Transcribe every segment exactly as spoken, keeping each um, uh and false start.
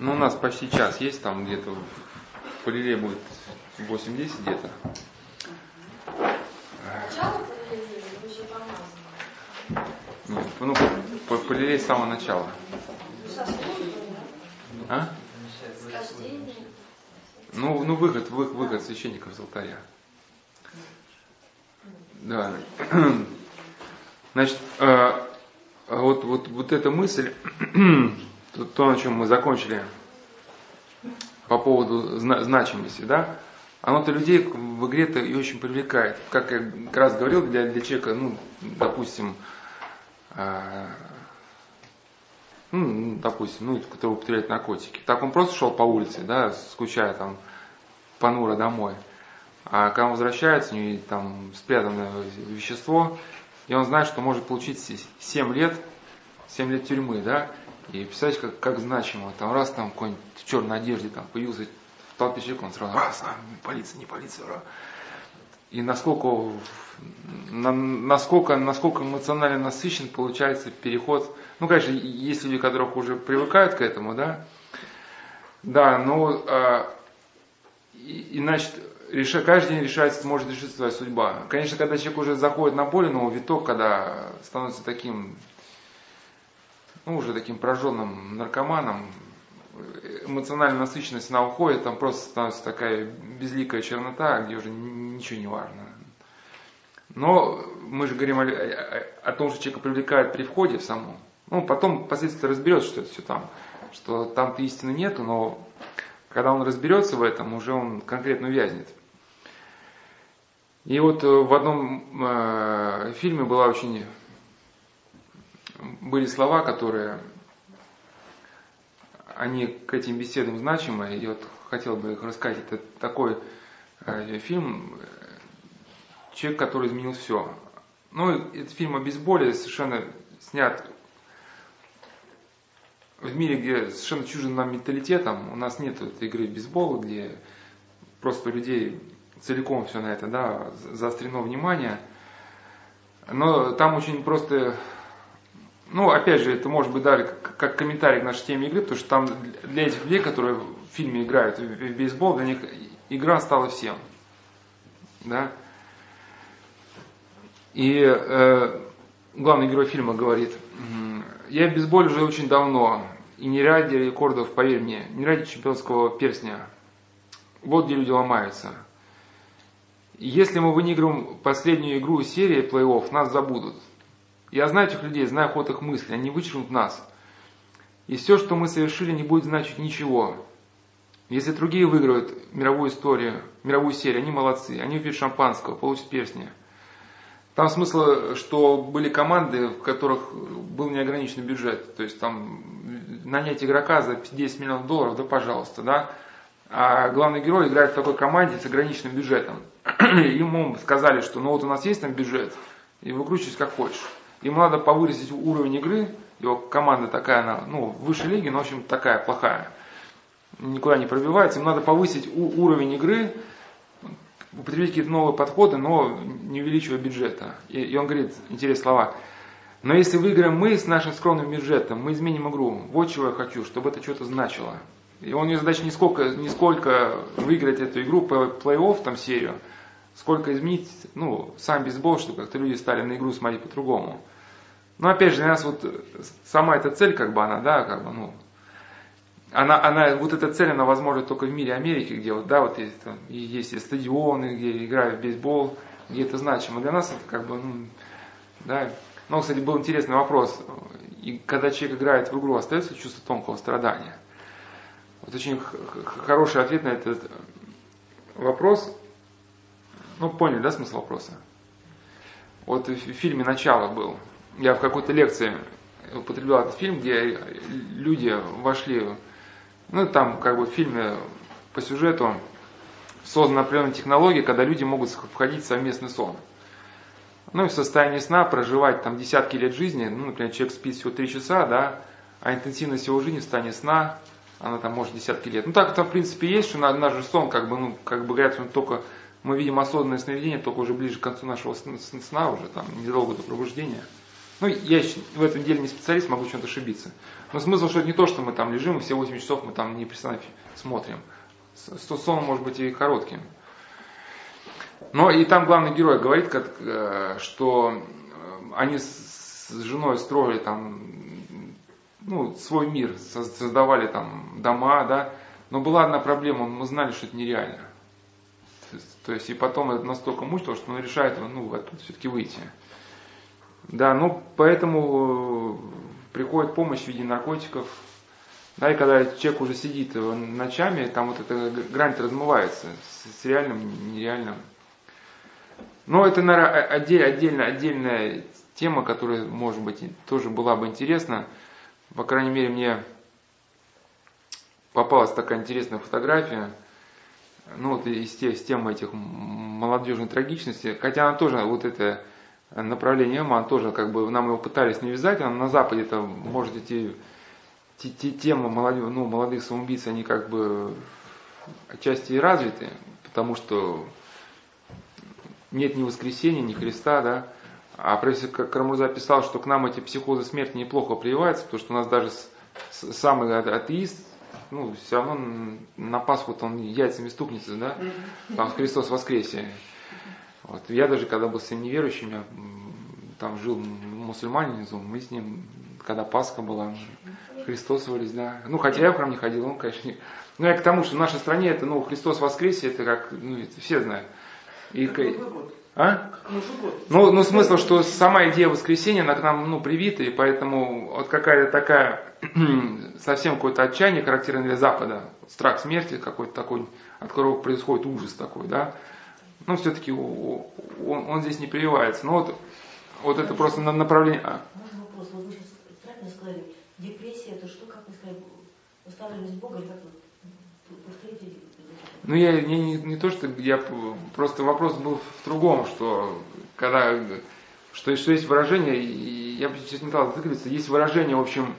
Ну, у нас почти час есть, там где-то в Полиле будет восемь-десять где-то. Начало Полиле или уже помазано? Нет, ну, по Полиле с самого начала. Со службой, да? А? Схождение. Ну, ну выход, выход, выход священников из алтаря. Да. Значит, э, вот, вот, вот эта мысль, то, то, на чем мы закончили по поводу зна- значимости, да, оно-то людей в игре-то и очень привлекает. Как я как раз говорил, для, для человека, ну, допустим, э, ну, допустим, ну, который употребляет наркотики. Так он просто шел по улице, да, скучая там понуро домой. А когда он возвращается, у него там спрятано вещество, и он знает, что может получить семь лет, семь лет тюрьмы, да. И представляете, как, как значимо. Там раз там какой-нибудь в черной одежде там появился в толпе человек, он сразу раз, а, полиция, не полиция, раз. И насколько, на, насколько, насколько эмоционально насыщен получается переход. Ну, конечно, есть люди, которых уже привыкают к этому, да. Да, но а, и, и, значит, реша, каждый день решается, может решиться своя судьба. Конечно, когда человек уже заходит на более новый виток, когда становится таким, ну, уже таким прожженным наркоманом, эмоциональная насыщенность она уходит, там просто становится такая безликая чернота, где уже ничего не важно. Но мы же говорим о, о, о том, что человека привлекает при входе в саму. Ну, потом впоследствии разберется, что это все там, что там-то истины нету, но когда он разберется в этом, уже он конкретно увязнет. И вот в одном э, фильме была очень, были слова, которые, они к этим беседам значимы, и вот хотел бы их рассказать. Это такой э, фильм «Человек, который изменил все». Ну, это фильм о бейсболе, совершенно снят в мире, где совершенно чуждым нам менталитетом. У нас нет этой игры в бейсбол, где просто у людей целиком все на это, да, заострено внимание. Но там очень просто, ну, опять же, это может быть даже как комментарий к нашей теме игры, потому что там для этих людей, которые в фильме играют в бейсбол, для них игра стала всем. Да? И э, главный герой фильма говорит: я в бейсболе уже очень давно, и не ради рекордов, поверь мне, не ради чемпионского перстня. Вот где люди ломаются. Если мы выиграем последнюю игру серии плей-офф, нас забудут. Я знаю этих людей, знаю ход их мыслей, они вычеркнут нас. И все, что мы совершили, не будет значить ничего. Если другие выиграют мировую историю, мировую серию, они молодцы, они выпьют шампанского, получат перстни. Там смысл, что были команды, в которых был неограниченный бюджет. То есть там нанять игрока за десять миллионов долларов, да пожалуйста, да. А главный герой играет в такой команде с ограниченным бюджетом. Ему сказали, что ну вот у нас есть там бюджет, и выкручивайся как хочешь. Ему надо повысить уровень игры, его команда такая, она, ну, выше лиги, но в общем такая плохая. Никуда не пробивается, им надо повысить у- уровень игры, употребить какие-то новые подходы, но не увеличивая бюджета. И, и он говорит, интересные слова: но если выиграем мы с нашим скромным бюджетом, мы изменим игру. Вот чего я хочу, чтобы это что-то значило. И у него задача не сколько, не сколько выиграть эту игру по плей-офф, там серию, сколько изменить, ну, сам бейсбол, чтобы как-то люди стали на игру смотреть по-другому. Но опять же, для нас вот сама эта цель, как бы она, да, как бы, ну, она, она, вот эта цель, она возможна только в мире Америки, где вот, да, вот есть, там, и есть и стадионы, где играют в бейсбол, где это значимо. Для нас это как бы, ну, да. Но, кстати, был интересный вопрос. И когда человек играет в игру, остается чувство тонкого страдания? Вот очень х- х- хороший ответ на этот вопрос. Ну, поняли, да, смысл вопроса? Вот в фильме «Начало» был. Я в какой-то лекции употреблял этот фильм, где люди вошли, ну, там, как бы в фильме по сюжету создана определенная технология, когда люди могут входить в совместный сон. Ну, и в состоянии сна проживать там десятки лет жизни, ну, например, человек спит всего три часа, да, а интенсивность его жизни в состоянии сна, она там может десятки лет. Ну, так там, в принципе, есть, что наш же сон, как бы, ну, как бы говорят, он только, мы видим осознанное сновидение только уже ближе к концу нашего сна, уже там, незадолго до пробуждения. Ну, я в этом деле не специалист, могу чем-то ошибиться. Но смысл, что это не то, что мы там лежим, и все восемь часов мы там непрестанно смотрим. Сон может быть и коротким. Но и там главный герой говорит, как, что они с женой строили там, ну, свой мир, создавали там дома, да, но была одна проблема, мы знали, что это нереально. То есть, то есть и потом это настолько мучило, что он решает, ну, оттуда все-таки выйти. Да, ну, поэтому приходит помощь в виде наркотиков. Да, и когда человек уже сидит ночами, там вот эта грань размывается с реальным, нереальным. Но это, наверное, отдельная, отдельная тема, которая, может быть, тоже была бы интересна. По крайней мере, мне попалась такая интересная фотография. Ну, вот из, из темы этих молодежной трагичности. Хотя она тоже, вот это направление, она тоже, как бы, нам его пытались навязать. Она на Западе, это, может, эти, эти темы молодежь, ну, молодых самоубийц, они как бы отчасти и развиты, потому что нет ни воскресения, ни Христа, да. А профессор Карамурза писал, что к нам эти психозы смерти неплохо прививаются, потому что у нас даже с, с, самый атеист, ну, все равно на Пасху он яйцами стукнется, да, там Христос воскресе. Вот. Я даже, когда был с неверующим, я там жил мусульманин, мы с ним, когда Пасха была, христосовались, да. Ну, хотя я в храм не ходил, ну, конечно, не. Но я к тому, что в нашей стране это, ну, Христос воскресе, это как, ну, это все знают. И, а? Ну, ну, смысл, что сама идея воскресения, она к нам, ну, привита, и поэтому вот какая-то такая, совсем какое-то отчаяние, характерное для Запада, страх смерти какой-то такой, от которого происходит ужас такой, да, но все-таки он, он здесь не прививается. Ну, вот, вот это просто направление. А? Можно вопрос? Вот вы сейчас правильно сказали, депрессия, это что, как вы сказали, уставленность Бога, или как вы повторите? Ну, я не, не, не то, что я просто вопрос был в другом, что когда что, что есть выражение, и я сейчас не стал зацикливаться, есть выражение, в общем,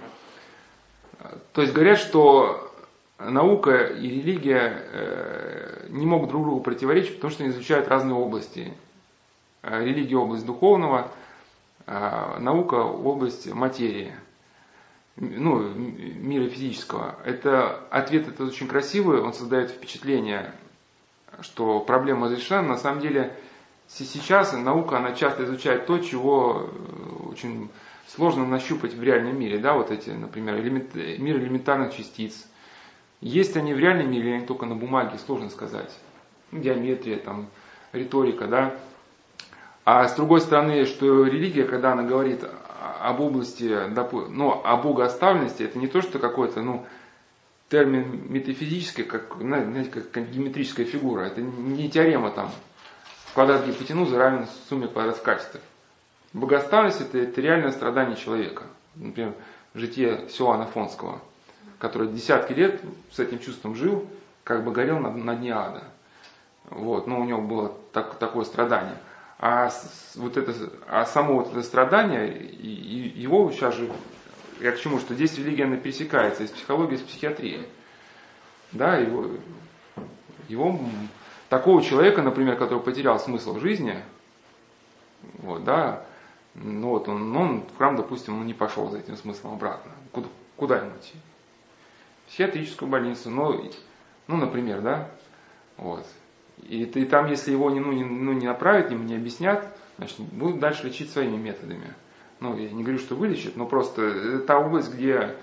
то есть говорят, что наука и религия э, не могут друг другу противоречить, потому что они изучают разные области. Религия — область духовного, а наука — область материи, ну, мира физического. Это ответ этот очень красивый, он создает впечатление, что проблема разрешена. На самом деле сейчас наука, она часто изучает то, чего очень сложно нащупать в реальном мире. Да, вот эти, например, элемент, мир элементарных частиц. Есть они в реальном мире, или они только на бумаге, сложно сказать. Геометрия, там, риторика, да. А с другой стороны, что религия, когда она говорит об области, ну, о богооставленности, это не то, что какой-то, ну, термин метафизический, как, знаете, как геометрическая фигура. Это не теорема там. Квадрат гипотенузы равен сумме квадратов качеств. Богооставленность — это, это реальное страдание человека. Например, житие Силуана Афонского, который десятки лет с этим чувством жил, как бы горел на, на дне ада. Вот, но у него было так, такое страдание. А, вот это, а само вот это страдание, и, и его сейчас же, я к чему, что здесь религия, она пересекается из психологии, из психиатрии. Да, его, его, такого человека, например, который потерял смысл жизни, вот, да, ну вот он, он в храм, допустим, он не пошел за этим смыслом обратно. Куда, куда ему идти? В психиатрическую больницу, ну, ну, например, да, вот. И, и там, если его не, ну, не, ну, не направят, ему не объяснят, значит, будут дальше лечить своими методами. Ну, я не говорю, что вылечат, но просто это та область, где,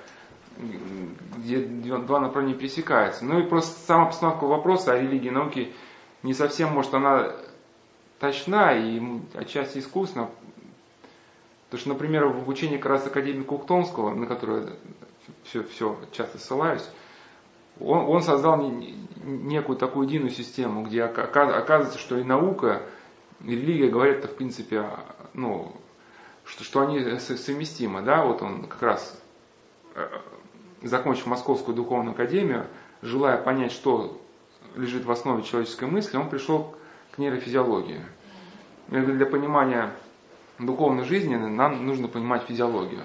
где два направления пересекаются. Ну и просто сама постановка вопроса о религии и науке не совсем, может, она точна и отчасти искусна. Потому что, например, в учении как раз академика Ухтомского, на которое все, все часто ссылаюсь, Он, он создал некую такую единую систему, где оказывается, что и наука, и религия говорят, в принципе, ну, что, что они совместимы. Да? Вот он как раз, закончив Московскую духовную академию, желая понять, что лежит в основе человеческой мысли, он пришел к нейрофизиологии. И для понимания духовной жизни нам нужно понимать физиологию.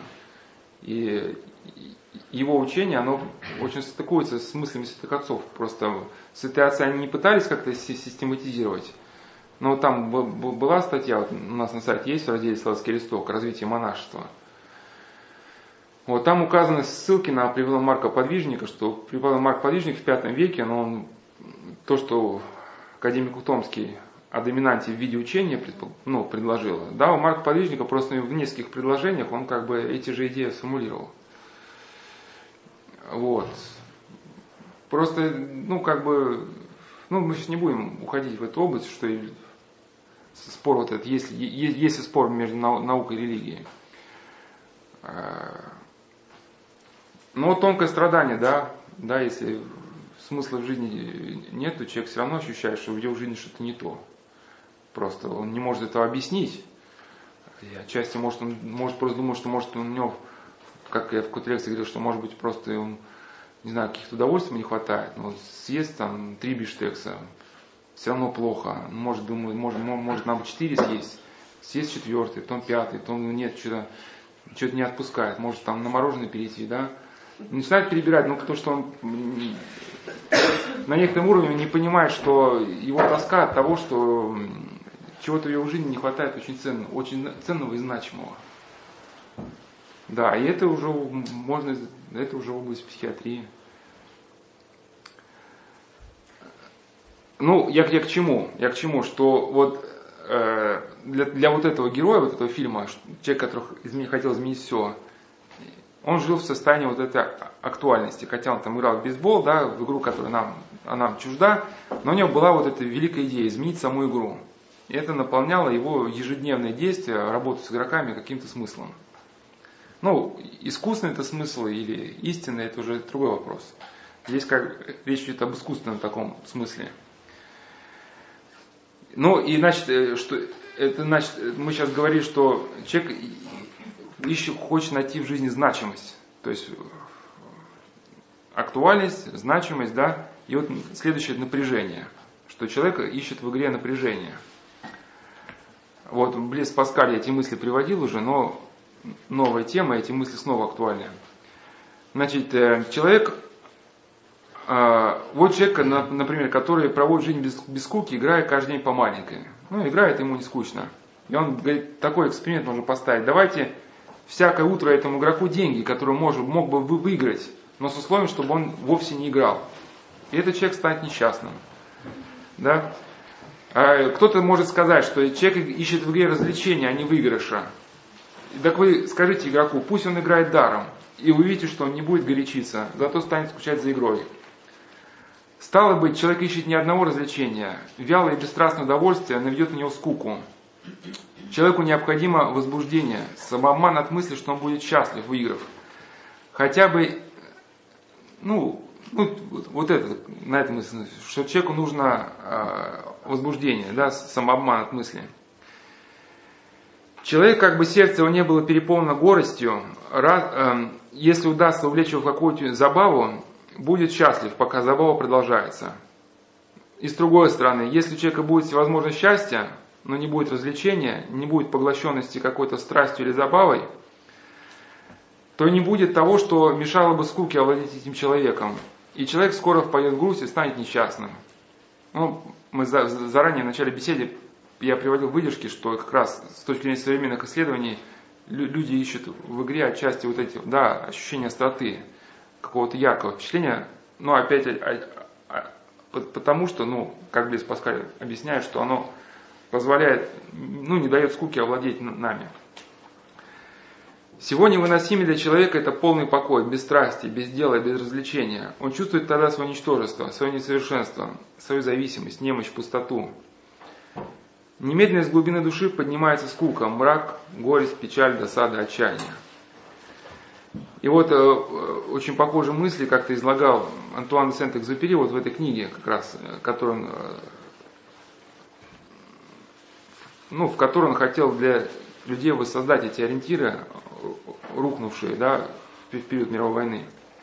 И его учение, оно очень стыкуется с мыслями святых отцов. Просто святые отцы, они не пытались как-то систематизировать. Но там была статья, вот у нас на сайте есть в разделе «Славянский листок», «Развитие монашества». Вот там указаны ссылки на преподобного Марка Подвижника, что преподобный Марк Подвижник в пятом веке, но он, то, что академик Ухтомский о доминанте в виде учения ну, предложил, да, у Марка Подвижника просто в нескольких предложениях он как бы эти же идеи сформулировал. Вот. Просто, ну, как бы, ну, мы сейчас не будем уходить в эту область, что спор вот этот, есть, есть, есть спор между наукой и религией. Но тонкое страдание, да, да, если смысла в жизни нет, то человек все равно ощущает, что в его жизни что-то не то. Просто он не может этого объяснить. И отчасти может он может просто думать, что может у него, как я в какой-то лекции говорил, что может быть просто он, не знаю, каких-то удовольствий не хватает, но съест там три бифштекса, все равно плохо. Может, думаю, может, может нам четыре съесть, съесть четвертый, потом пятый, потом нет, что-то что-то не отпускает, может там на мороженое перейти, да. Начинает перебирать, ну потому что он на некотором уровне не понимает, что его тоска от того, что чего-то в его жизни не хватает очень ценного, очень ценного и значимого. Да, и это уже можно, это уже область психиатрии. Ну, я, я к чему? Я к чему, что вот э, для, для вот этого героя, вот этого фильма, человек, который измен, хотел изменить все, он жил в состоянии вот этой актуальности, хотя он там играл в бейсбол, да, в игру, которая нам, она нам чужда, но у него была вот эта великая идея изменить саму игру. И это наполняло его ежедневные действия, работу с игроками каким-то смыслом. Ну, искусственный это смысл или истинный, это уже другой вопрос. Здесь как речь идет об искусственном таком смысле. Ну, и значит, что, это значит, мы сейчас говорим, что человек ищет, хочет найти в жизни значимость. То есть актуальность, значимость, да, и вот следующее напряжение, что человек ищет в игре напряжение. Вот Близ Паскаль я эти мысли приводил уже, но новая тема, эти мысли снова актуальны. Значит, человек, вот человек, например, который проводит жизнь без, без скуки, играя каждый день по маленькой. Ну, играет ему не скучно. И он говорит, такой эксперимент можно поставить. Давайте всякое утро этому игроку деньги, которые может, мог бы выиграть, но с условием, чтобы он вовсе не играл. И этот человек станет несчастным. Да? А кто-то может сказать, что человек ищет в игре развлечения, а не выигрыша. Так вы скажите игроку, пусть он играет даром, и вы увидите, что он не будет горячиться, зато станет скучать за игрой. Стало быть, человек ищет не одного развлечения, вялое и бесстрастное удовольствие наведет на него скуку. Человеку необходимо возбуждение, самообман от мысли, что он будет счастлив, выиграв. Хотя бы, ну, ну вот это, на этом мысли, что человеку нужно э, возбуждение, да, самообман от мысли. Человек, как бы сердце его не было переполнено горестью, раз, э, если удастся увлечь его в какую-то забаву, будет счастлив, пока забава продолжается. И с другой стороны, если у человека будет всевозможное счастье, но не будет развлечения, не будет поглощенности какой-то страстью или забавой, то не будет того, что мешало бы скуке овладеть этим человеком. И человек скоро впадет в грусть и станет несчастным. Ну, мы за, заранее в начале беседы я приводил выдержки, что как раз с точки зрения современных исследований люди ищут в игре отчасти вот эти, да, ощущения остроты, какого-то яркого впечатления, но опять а, а, потому что, ну, как Близ Паскаль объясняет, что оно позволяет, ну, не дает скуке овладеть нами. Всего невыносимее для человека это полный покой, без страсти, без дела и без развлечения. Он чувствует тогда свое ничтожество, свое несовершенство, свою зависимость, немощь, пустоту. Немедленно из глубины души поднимается скука, мрак, горесть, печаль, досада, отчаяние. И вот э, очень похожие мысли как-то излагал Антуан де Сент-Экзюпери вот в этой книге, как раз, которую он, э, ну, в которой он хотел для людей воссоздать эти ориентиры, рухнувшие, да, в период мировой войны.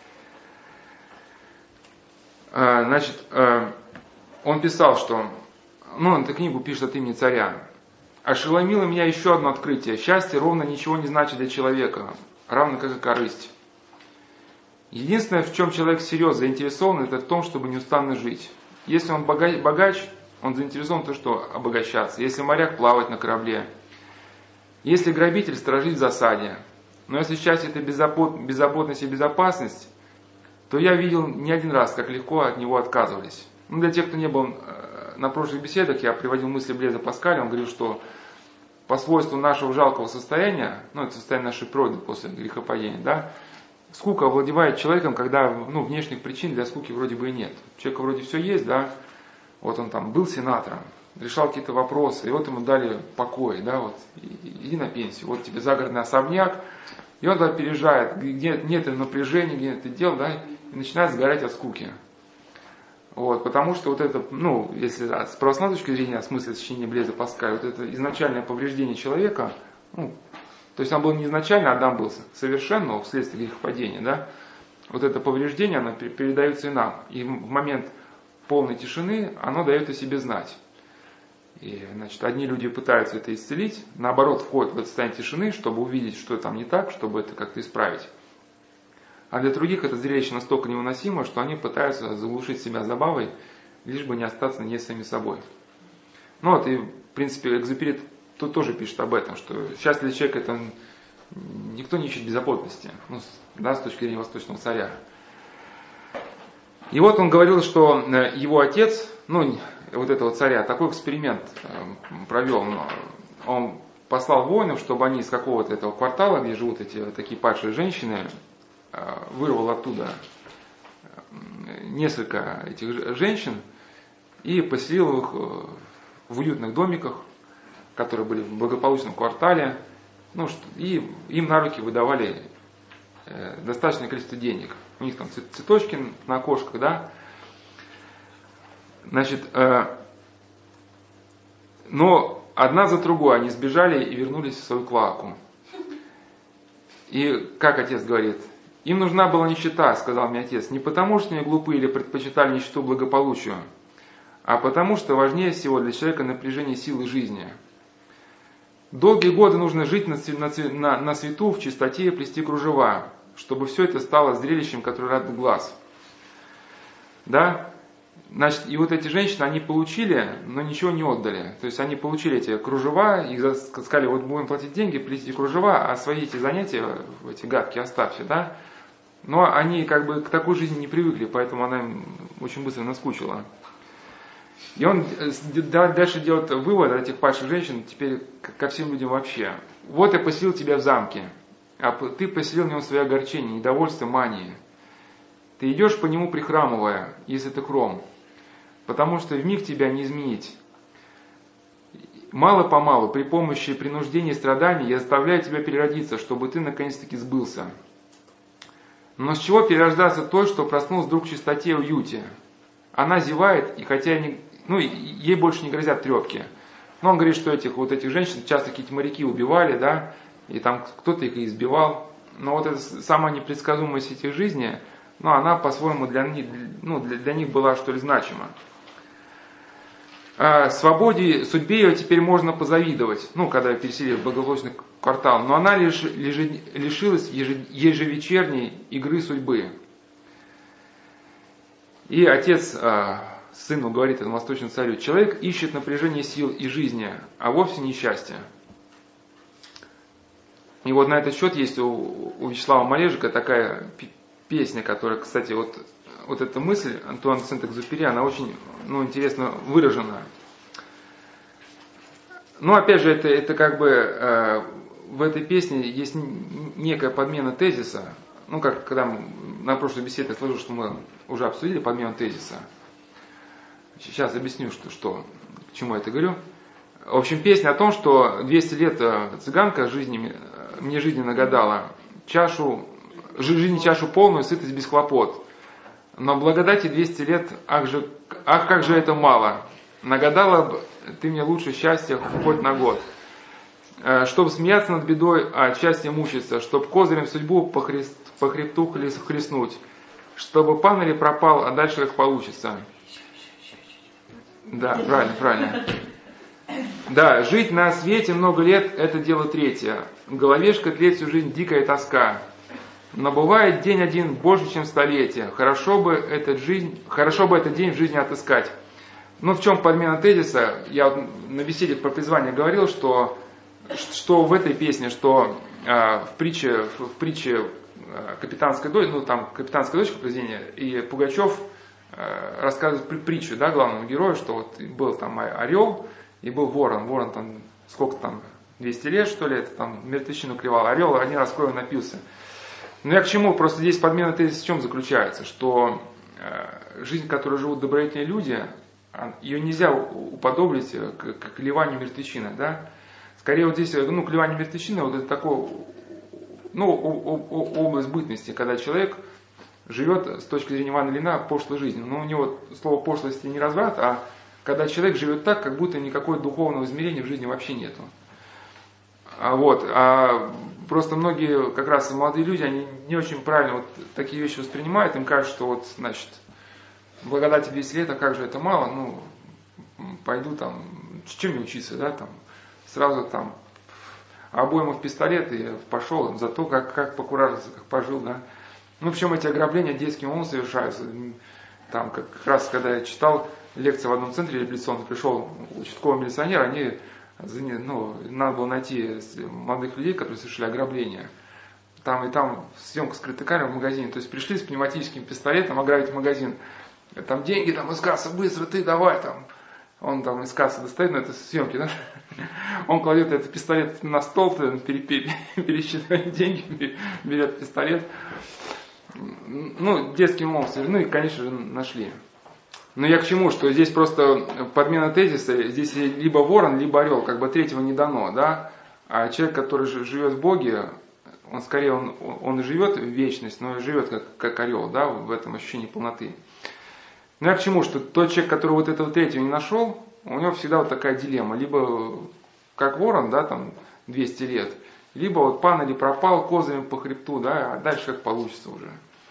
Э, значит, э, он писал, что, ну, он эту книгу пишет от имени царя. «Ошеломило меня еще одно открытие. Счастье ровно ничего не значит для человека, равно как и корысть. Единственное, в чем человек серьезно заинтересован, это в том, чтобы неустанно жить. Если он богач, он заинтересован в том, что обогащаться. Если моряк плавать на корабле. Если грабитель сторожить в засаде. Но если счастье это беззаботность и безопасность, то я видел не один раз, как легко от него отказывались. Ну, для тех, кто не был на прошлых беседах, я приводил мысли Блеза Паскаля, он говорил, что по свойству нашего жалкого состояния, ну, это состояние нашей природы после грехопадения, да, скука овладевает человеком, когда, ну, внешних причин для скуки вроде бы и нет. У человека вроде все есть, да, вот он там был сенатором, решал какие-то вопросы, и вот ему дали покой, да, вот, иди на пенсию, вот тебе загородный особняк, и он тогда переезжает, где нет напряжения, где нет дел, да, и начинает сгорать от скуки. Вот, потому что вот это, ну, если с православной точки зрения, в смысле сочинения Блеза Паскаля, вот это изначальное повреждение человека, ну, то есть он был не изначально, Адам был совершен, но вследствие грехопадения, да, вот это повреждение, оно передается и нам. И в момент полной тишины оно дает о себе знать. И, значит, одни люди пытаются это исцелить, наоборот, входят в это состояние тишины, чтобы увидеть, что там не так, чтобы это как-то исправить. А для других это зрелище настолько невыносимо, что они пытаются заглушить себя забавой, лишь бы не остаться не самими собой. Ну вот, и, в принципе, Экзюпери тут тоже пишет об этом, что счастье для человека это никто не ищет беззаботности, ну, да, с точки зрения восточного царя. И вот он говорил, что его отец, ну, вот этого царя, такой эксперимент провел. Он послал воинов, чтобы они из какого-то этого квартала, где живут эти такие падшие женщины, вырвал оттуда несколько этих женщин и поселил их в уютных домиках, которые были в благополучном квартале, ну, и им на руки выдавали достаточное количество денег. У них там цветочки на окошках, да. Значит, но одна за другой они сбежали и вернулись в свою клоаку. И как отец говорит, им нужна была нищета, сказал мне отец, не потому, что они глупы или предпочитали нищету благополучию, а потому, что важнее всего для человека напряжение силы жизни. Долгие годы нужно жить на, на, на свету, в чистоте и плести кружева, чтобы все это стало зрелищем, которое радует глаз. Да? Значит, и вот эти женщины, они получили, но ничего не отдали. То есть они получили эти кружева, их сказали, вот будем платить деньги, плести кружева, а свои эти занятия, эти гадкие оставьте, да. Но они как бы к такой жизни не привыкли, поэтому она им очень быстро наскучила. И он дальше делает вывод от этих падших женщин, теперь ко всем людям вообще. Вот я поселил тебя в замке, а ты поселил в нем свои огорчения, недовольство, мании. Ты идешь по нему прихрамывая, если ты хром, потому что вмиг тебя не изменить. Мало-помалу, при помощи принуждения и страданий, я заставляю тебя переродиться, чтобы ты наконец-таки сбылся. Но с чего перерождаться той, что проснулась вдруг в чистоте и уюте? Она зевает, и хотя не, ну, ей больше не грозят трепки. Но он говорит, что этих вот этих женщин часто какие-то моряки убивали, да, и там кто-то их и избивал. Но вот эта самая непредсказуемость этих жизней, ну, она по-своему для них, ну, для, для них была, что ли, значима. А свободе, судьбе ее теперь можно позавидовать, ну, когда переселили в благополучный квартал, но она лишь, лишь, лишилась ежевечерней игры судьбы. И отец а, сыну говорит этому восточному царю, человек ищет напряжение сил и жизни, а вовсе не счастья. И вот на этот счет есть у, у Вячеслава Малежика такая песня, которая, кстати, вот, вот эта мысль Антуана де Сент-Экзюпери, она очень, ну, интересно выражена. Но опять же, это, это как бы э, в этой песне есть некая подмена тезиса. Ну, как когда на прошлой беседе я сложил, что мы уже обсудили подмену тезиса. Сейчас объясню, что, что, к чему я это говорю. В общем, песня о том, что двести лет цыганка жизни, мне жизни нагадала чашу, жизни чашу полную, сытость без хлопот. Но благодати двести лет, ах, же, ах как же это мало. Нагадала бы ты мне лучше счастья хоть на год. Чтоб смеяться над бедой, а от счастья мучиться. Чтоб козырем судьбу по, хрест, по хребту хлестнуть. Чтобы пан или пропал, а дальше как получится. Да, правильно, правильно. Да, жить на свете много лет – это дело третье. В головешка тлеть всю жизнь дикая тоска. Но бывает день один больше, чем столетие. Хорошо бы, этот жизнь, хорошо бы этот день в жизни отыскать. Ну, в чем подмена тезиса? Я вот на беседе про призвание говорил, что что в этой песне, что э, в притче, в притче э, «Капитанская дочь», ну там «Капитанская дочка» произведение, и Пугачев э, рассказывает при, притчу, да, главному герою, что вот был там орел и был ворон. Ворон там сколько там, двести лет, что ли, это там мертвечину клевал. Орел один раз крови напился. Но я к чему? Просто здесь подмена тезиса в чем заключается? Что э, жизнь, в которой живут добродетельные люди, ее нельзя уподоблить к, к клеванию мертвечины, да? Скорее вот здесь, ну, клевание мертвечины, вот это такое, ну, область бытности, когда человек живет с точки зрения Ивана Ильина пошлой жизнью. Но у него слово пошлости не разврат, а когда человек живет так, как будто никакого духовного измерения в жизни вообще нету. А вот, а просто многие, как раз молодые люди, они не очень правильно вот такие вещи воспринимают, им кажется, что вот, значит, благодати десять лет, а как же это мало, ну, пойду там, чем мне учиться, да, там, сразу там обойму в пистолет и пошел за то, как, как покуражился, как пожил, да. Ну, причем эти ограбления детским умом совершаются. Там, как раз, когда я читал лекции в одном центре революционном, пришел участковый милиционер, они, ну, надо было найти молодых людей, которые совершили ограбление. Там и там съемка скрытой камеры в магазине. То есть пришли с пневматическим пистолетом ограбить магазин. Там деньги, там из кассы, быстро, ты давай там. Он там из кассы достает, ну это съемки, да? Он кладет этот пистолет на стол, пересчитывает деньги, берет пистолет. Ну, детский монстр. Ну и, конечно же, нашли. Но я к чему, что здесь просто подмена тезиса, здесь либо ворон, либо орел, как бы третьего не дано, да? А человек, который живет в Боге, он скорее, он, он и живет в вечность, но и живет как, как орел, да, в этом ощущении полноты. Но я к чему, что тот человек, который вот этого третьего не нашел, у него всегда вот такая дилемма. Либо как ворон, да, там двести лет, либо вот пан или пропал козами по хребту, да, а дальше как получится уже.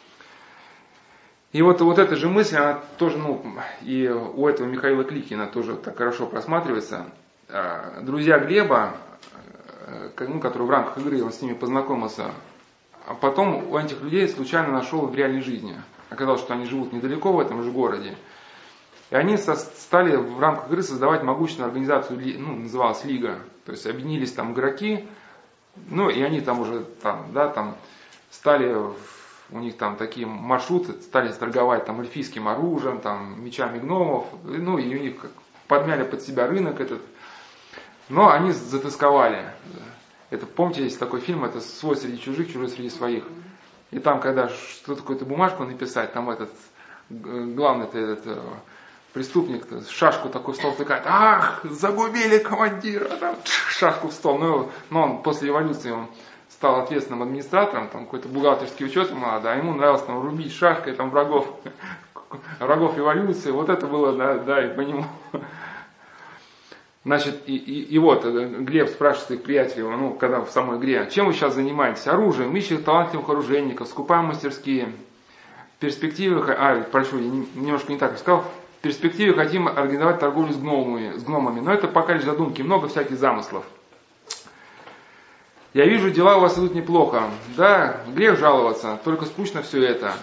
И вот, вот эта же мысль, она тоже, ну, и у этого Михаила Кликина тоже так хорошо просматривается. Друзья Глеба, ну, которые в рамках игры, он с ними познакомился, а потом у этих людей случайно нашел в реальной жизни. Оказалось, что они живут недалеко в этом же городе. И они со- стали в рамках игры создавать могущественную организацию, ну, называлась Лига. То есть объединились там игроки, ну, и они там уже там, да, там стали, у них там такие маршруты, стали торговать там эльфийским оружием, там, мечами гномов, ну, и у них как подмяли под себя рынок этот. Но они затасковали. Это, помните, есть такой фильм, это «Свой среди чужих, чужой среди своих». И там, когда что-то какую-то бумажку написать, там этот, главный-то этот преступник шашку такой в стол тыкает. Ах, загубили командира, там, шашку в стол. Ну, но он после революции он стал ответственным администратором, там какой-то бухгалтерский учет ему надо, а ему нравилось там рубить шашкой там врагов, врагов революции. Вот это было, да, да, и по нему. Значит, и, и, и вот Глеб спрашивает своих приятелей, ну, когда в самой игре, чем вы сейчас занимаетесь? Оружием, ищем талантливых оружейников, скупаем мастерские. В перспективе, а, прошу, я немножко не так сказал, в перспективе хотим организовать торговлю с гномами, с гномами, но это пока лишь задумки, много всяких замыслов. Я вижу, дела у вас идут неплохо. Да, грех жаловаться, только скучно все это.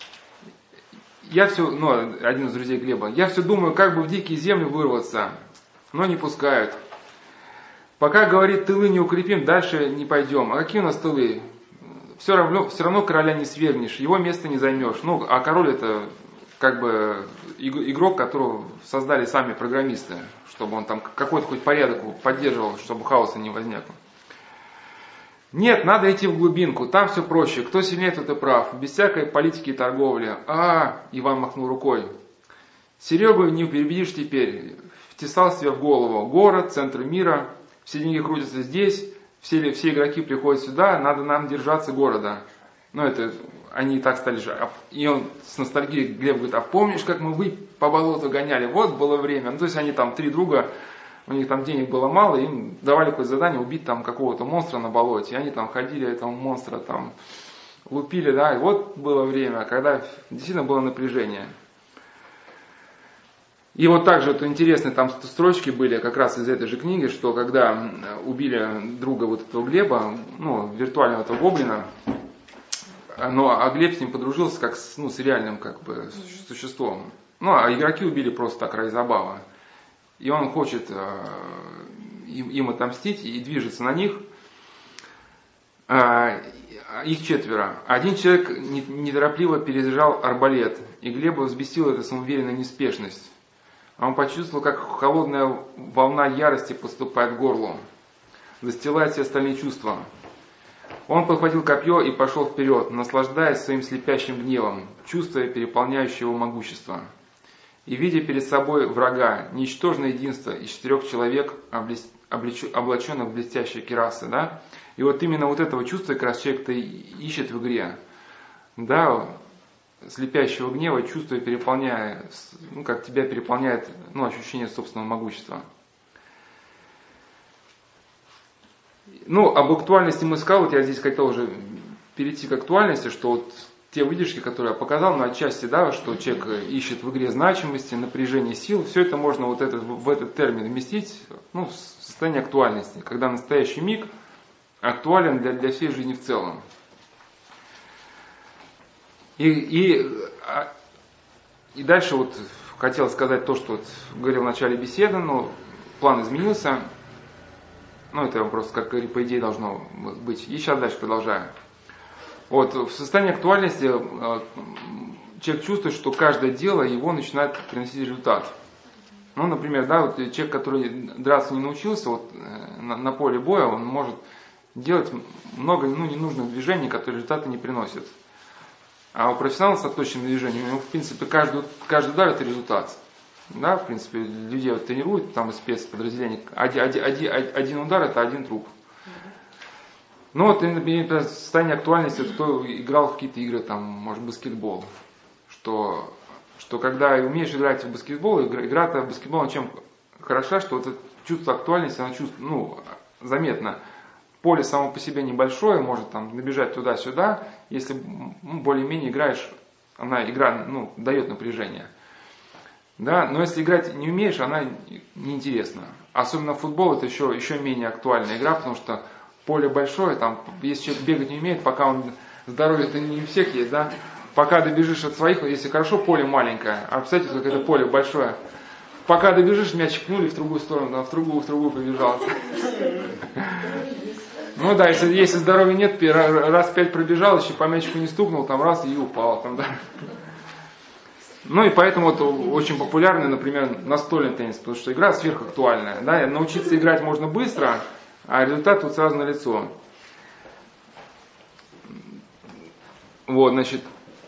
Я все, ну, один из друзей Глеба, я все думаю, как бы в дикие земли вырваться, но не пускают. Пока, говорит, тылы не укрепим, дальше не пойдем. А какие у нас тылы? Все равно, все равно короля не свергнешь, его место не займешь. Ну, а король это как бы игрок, которого создали сами программисты, чтобы он там какой-то хоть порядок поддерживал, чтобы хаоса не возникло. Нет, надо идти в глубинку, там все проще. Кто сильнее, тот и прав. Без всякой политики и торговли. А, Иван махнул рукой. Серегу не перебедишь теперь. Втесал себя в голову. Город, центр мира, все деньги крутятся здесь, все, все игроки приходят сюда, надо нам держаться города. Ну, это, они и так стали же. И он с ностальгией, Глеб говорит, а помнишь, как мы вы по болоту гоняли? Вот было время. Ну, то есть они там три друга, у них там денег было мало, им давали какое-то задание убить там какого-то монстра на болоте. И они там ходили, этого монстра там лупили, да. И вот было время, когда действительно было напряжение. И вот также вот интересные там строчки были как раз из этой же книги, что когда убили друга вот этого Глеба, ну, виртуального этого гоблина, но, а Глеб с ним подружился как с, ну, с реальным как бы существом. Ну, а игроки убили просто так ради забавы. И он хочет, им, им отомстить и движется на них. А, их четверо. Один человек неторопливо перезаряжал арбалет, и Глеба взбесила эта самоуверенная неспешность. Он почувствовал, как холодная волна ярости поступает в горло, застилает все остальные чувства. Он подхватил копье и пошел вперед, наслаждаясь своим слепящим гневом, чувствуя переполняющее его могущество. И видя перед собой врага, ничтожное единство из четырех человек, облаченных в блестящие кирасы, да? И вот именно вот этого чувства как раз человек-то ищет в игре, да, слепящего гнева, чувство переполняя, ну, как тебя переполняет, ну, ощущение собственного могущества. Ну, об актуальности мы сказали, вот я здесь хотел уже перейти к актуальности, что вот те выдержки, которые я показал, на отчасти, да, что человек ищет в игре значимости, напряжение сил, все это можно вот этот, в этот термин вместить, ну, в состояние актуальности, когда настоящий миг актуален для, для всей жизни в целом. И, и, и дальше вот хотел сказать то, что вот говорил в начале беседы, но план изменился. Ну, это просто, как говорю, по идее должно быть. И сейчас дальше продолжаю. Вот, в состоянии актуальности человек чувствует, что каждое дело его начинает приносить результат. Ну, например, да, вот человек, который драться не научился, вот, на, на поле боя, он может делать много, ну, ненужных движений, которые результаты не приносят. А у профессионала с отточенным движением, ну, в принципе, каждый, каждый удар это результат. Да, в принципе, людей вот тренируют там из спецподразделений. Один, один, один удар это один труп. Ну вот, например, состояние актуальности, кто играл в какие-то игры, там, может, баскетбол. Что, что когда умеешь играть в баскетбол, игра-то в баскетбол чем хороша, что вот это чувство актуальности, оно чувство, ну, заметно. Поле само по себе небольшое, может там набежать туда-сюда. Если ну, более-менее играешь, она игра, ну, дает напряжение. Да, но если играть не умеешь, она неинтересна. Особенно футбол это еще, еще менее актуальная игра, потому что поле большое, там, если человек бегать не умеет, пока он здоровье-то не у всех есть, да, пока добежишь от своих, если хорошо, поле маленькое, а представьте, как это поле большое. Пока добежишь, мячик пнули в другую сторону, да, в другую, в другую побежал. Ну да, если, если здоровья нет, раз пять пробежал, еще по мячику не стукнул, там раз и упал. Там, да. Ну и поэтому вот очень популярный, например, настольный теннис, потому что игра сверхактуальная. Да? Научиться играть можно быстро, а результат тут сразу налицо. Вот, значит.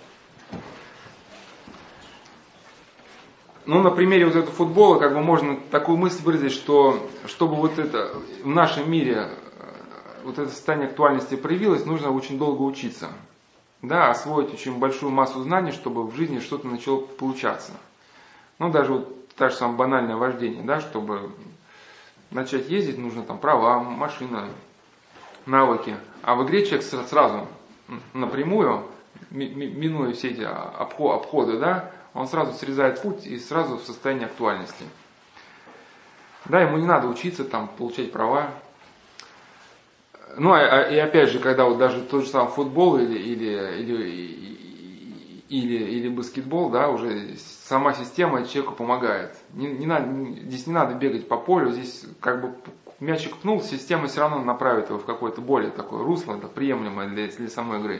Ну, на примере вот этого футбола, как бы можно такую мысль выразить, что чтобы вот это в нашем мире вот это состояние актуальности проявилось, нужно очень долго учиться. Да, освоить очень большую массу знаний, чтобы в жизни что-то начало получаться. Ну, даже вот та же самая банальное вождение, да, чтобы начать ездить, нужно там права, машина, навыки. А в игре человек сразу, напрямую, минуя все эти обходы, да, он сразу срезает путь и сразу в состоянии актуальности. Да, ему не надо учиться, там, получать права. Ну, и опять же, когда вот даже тот же самый футбол или, или, или, или, или баскетбол, да, уже сама система человеку помогает. Не, не надо, здесь не надо бегать по полю, здесь как бы мячик пнул, система все равно направит его в какое-то более такое русло, это приемлемое для, для самой игры.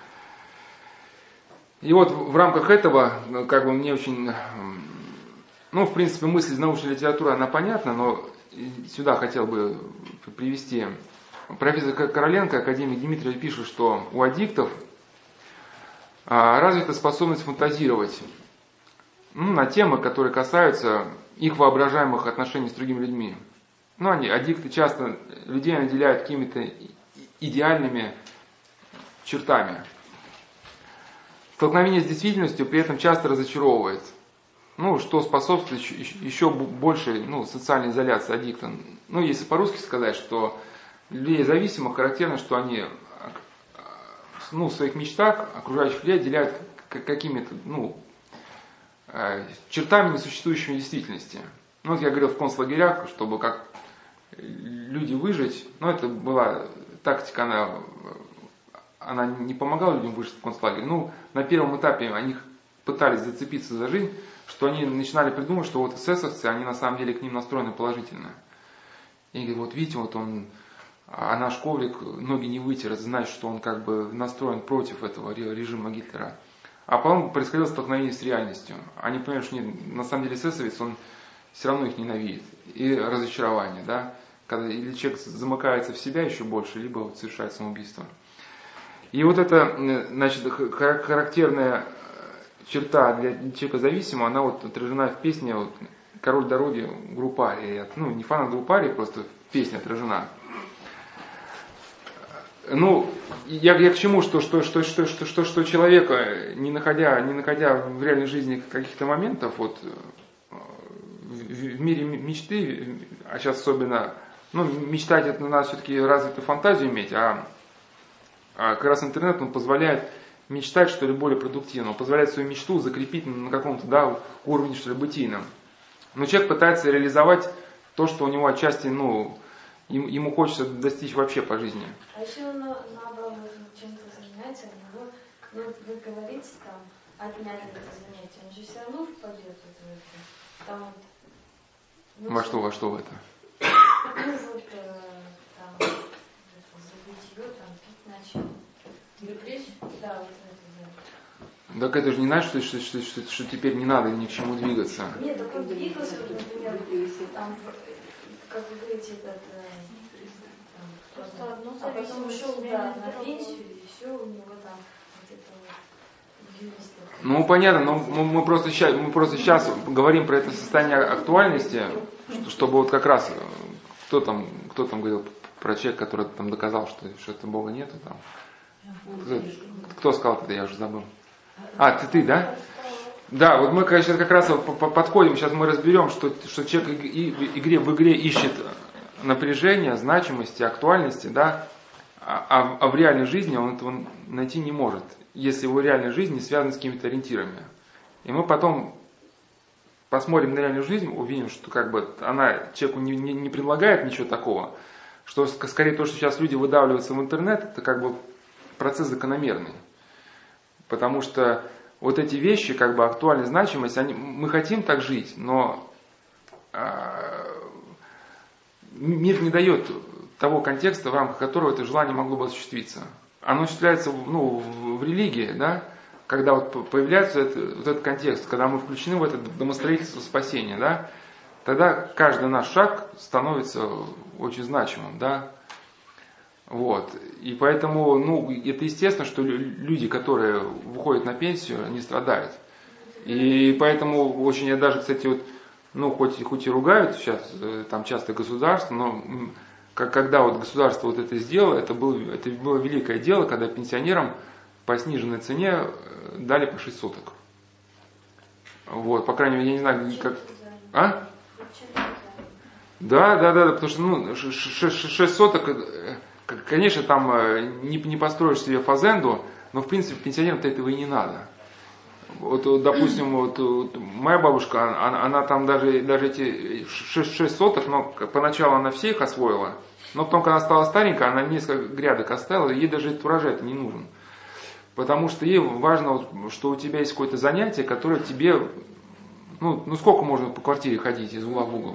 И вот в рамках этого, как бы мне очень, ну, в принципе, мысль из научной литературы, она понятна, но сюда хотел бы привести. Профессор Короленко, академик Дмитриев, пишет, что у аддиктов развита способность фантазировать, ну, на темы, которые касаются их воображаемых отношений с другими людьми. Ну, они, аддикты часто людей наделяют какими-то идеальными чертами. Столкновение с действительностью при этом часто разочаровывает. Ну, что способствует еще большей, ну, социальной изоляции аддикта. Ну, если по-русски сказать, что людей зависимых характерно, что они, ну, в своих мечтах окружающих людей отделяют какими-то, ну, чертами, несуществующими в действительности. Ну, вот я говорил в концлагерях, чтобы как люди выжить, но это была тактика, она, она не помогала людям выжить в концлагере. Ну, на первом этапе они пытались зацепиться за жизнь, что они начинали придумывать, что вот эсэсовцы, они на самом деле к ним настроены положительно. И говорит, вот видите, вот он, а наш Коврик ноги не вытер, это значит, что он как бы настроен против этого режима Гитлера. А потом происходило столкновение с реальностью. Они понимают, что нет, на самом деле эсэсовец, он все равно их ненавидит. И разочарование, да, когда или человек замыкается в себя еще больше, либо вот совершает самоубийство. И вот эта, значит, характерная черта для человека зависимого, она вот отражена в песне вот, «Король дороги» группы Ария. Ну, не фанат группы Арии, просто песня отражена. Ну, я, я к чему, что, что, что, что, что, что, что человека, не находя, не находя в реальной жизни каких-то моментов, вот, в, в мире мечты, а сейчас особенно, ну, мечтать это надо все-таки развитую фантазию иметь, а, а как раз интернет, он позволяет мечтать, что ли, более продуктивно, он позволяет свою мечту закрепить на каком-то, да, уровне, что ли, бытийном. Но человек пытается реализовать то, что у него отчасти, ну, ему хочется достичь вообще по жизни. А еще на, наоборот, чем-то занимается, ну, ну, вы говорите там, отнять это занятие, он же все равно впадет в это. Там, ну, во что, во что в это? Ну вот, э, там, забытье, там, пить начал. Депрессия? Да, вот это, да. Так это же не значит, что, что, что, что, что теперь не надо ни к чему двигаться. Нет, так он двигался, например, там, как вы говорите, этот, там, Просто одно а потом зависимость ушел, время да, от на другого. пенсию, и все, у него там вот это вот юность. Ну, понятно, но мы, мы, просто сейчас, мы просто сейчас говорим про это состояние актуальности, что, чтобы вот как раз, кто там, кто там говорил про человека, который там доказал, что, что это Бога нету там. Кто, кто сказал это, я уже забыл. А, ты, ты, да? Да, вот мы сейчас как раз подходим, сейчас мы разберем, что, что человек в игре, в игре ищет напряжения, значимости, актуальности, да, а, а в реальной жизни он этого найти не может, если его реальная жизнь не связана с какими-то ориентирами. И мы потом посмотрим на реальную жизнь, увидим, что как бы она человеку не, не, не предлагает ничего такого, что скорее то, что сейчас люди выдавливаются в интернет, это как бы процесс закономерный. Потому что вот эти вещи, как бы актуальная значимость, они, мы хотим так жить, но э, мир не дает того контекста, в рамках которого это желание могло бы осуществиться. Оно осуществляется ну, в, в религии, да, когда вот появляется это, вот этот контекст, когда мы включены в это домостроительство спасения, да, тогда каждый наш шаг становится очень значимым, да. Вот. И поэтому, ну, это естественно, что люди, которые выходят на пенсию, они страдают. И поэтому очень, я даже, кстати, вот, ну, хоть, хоть и ругают сейчас, там часто государство, но как, когда вот государство вот это сделало, это было, это было великое дело, когда пенсионерам по сниженной цене дали по шесть соток. Вот, по крайней мере, я не знаю, как... А? Да, да, да, потому что, ну, шесть соток... Конечно, там не, не построишь себе фазенду, но в принципе пенсионерам-то этого и не надо. Вот, допустим, вот, вот моя бабушка, она, она там даже, даже эти шесть соток, но поначалу она все их освоила, но потом, когда она стала старенькая, она несколько грядок оставила, ей даже этот урожай не нужен. Потому что ей важно, что у тебя есть какое-то занятие, которое тебе, ну, ну сколько можно по квартире ходить из угла в угол?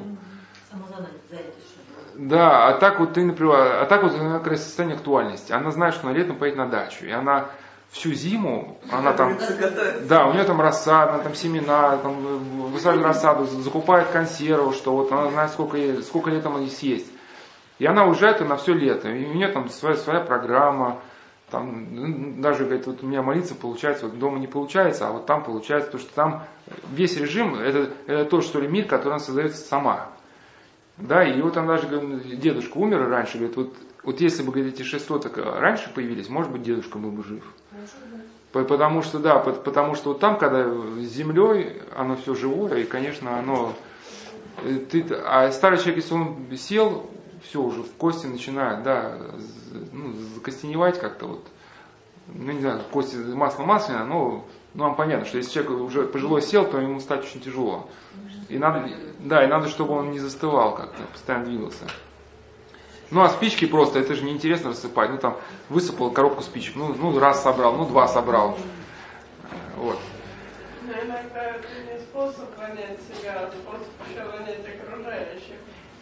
Да, а так вот ты, например, а так вот она как раз состояние актуальности. Она знает, что она летом поедет на дачу. И она всю зиму, она там, да, у нее там рассада, там семена, там высаживает рассаду, закупает консерву, что вот она знает, сколько, ей, сколько летом она съесть. И она уезжает на все лето. И у нее там своя, своя программа. Там, даже, говорит, вот у меня молиться получается, вот дома не получается, а вот там получается, то, что там весь режим, это, это то, что ли, мир, который она создает сама. Да, и вот она даже, говорит, дедушка умер раньше, говорит, вот, вот если бы, говорит, эти шесть соток раньше появились, может быть, дедушка был бы жив. Потому что, да, потому что вот там, когда с землей, оно все живое, и, конечно, оно... Ты, а старый человек, если он сел, все уже, в кости начинают, да, ну, закостеневать как-то вот. Ну, не знаю, кости масло масляное, но ну, вам понятно, что если человек уже пожилой сел, то ему стать очень тяжело. И надо, да, и надо, чтобы он не застывал как-то, постоянно двигался. Ну, а спички просто, это же неинтересно рассыпать. Ну, там, высыпал коробку спичек, ну, ну раз собрал, ну, два собрал. Вот. Но иногда это не способ понять себя, а способ еще понять окружающих.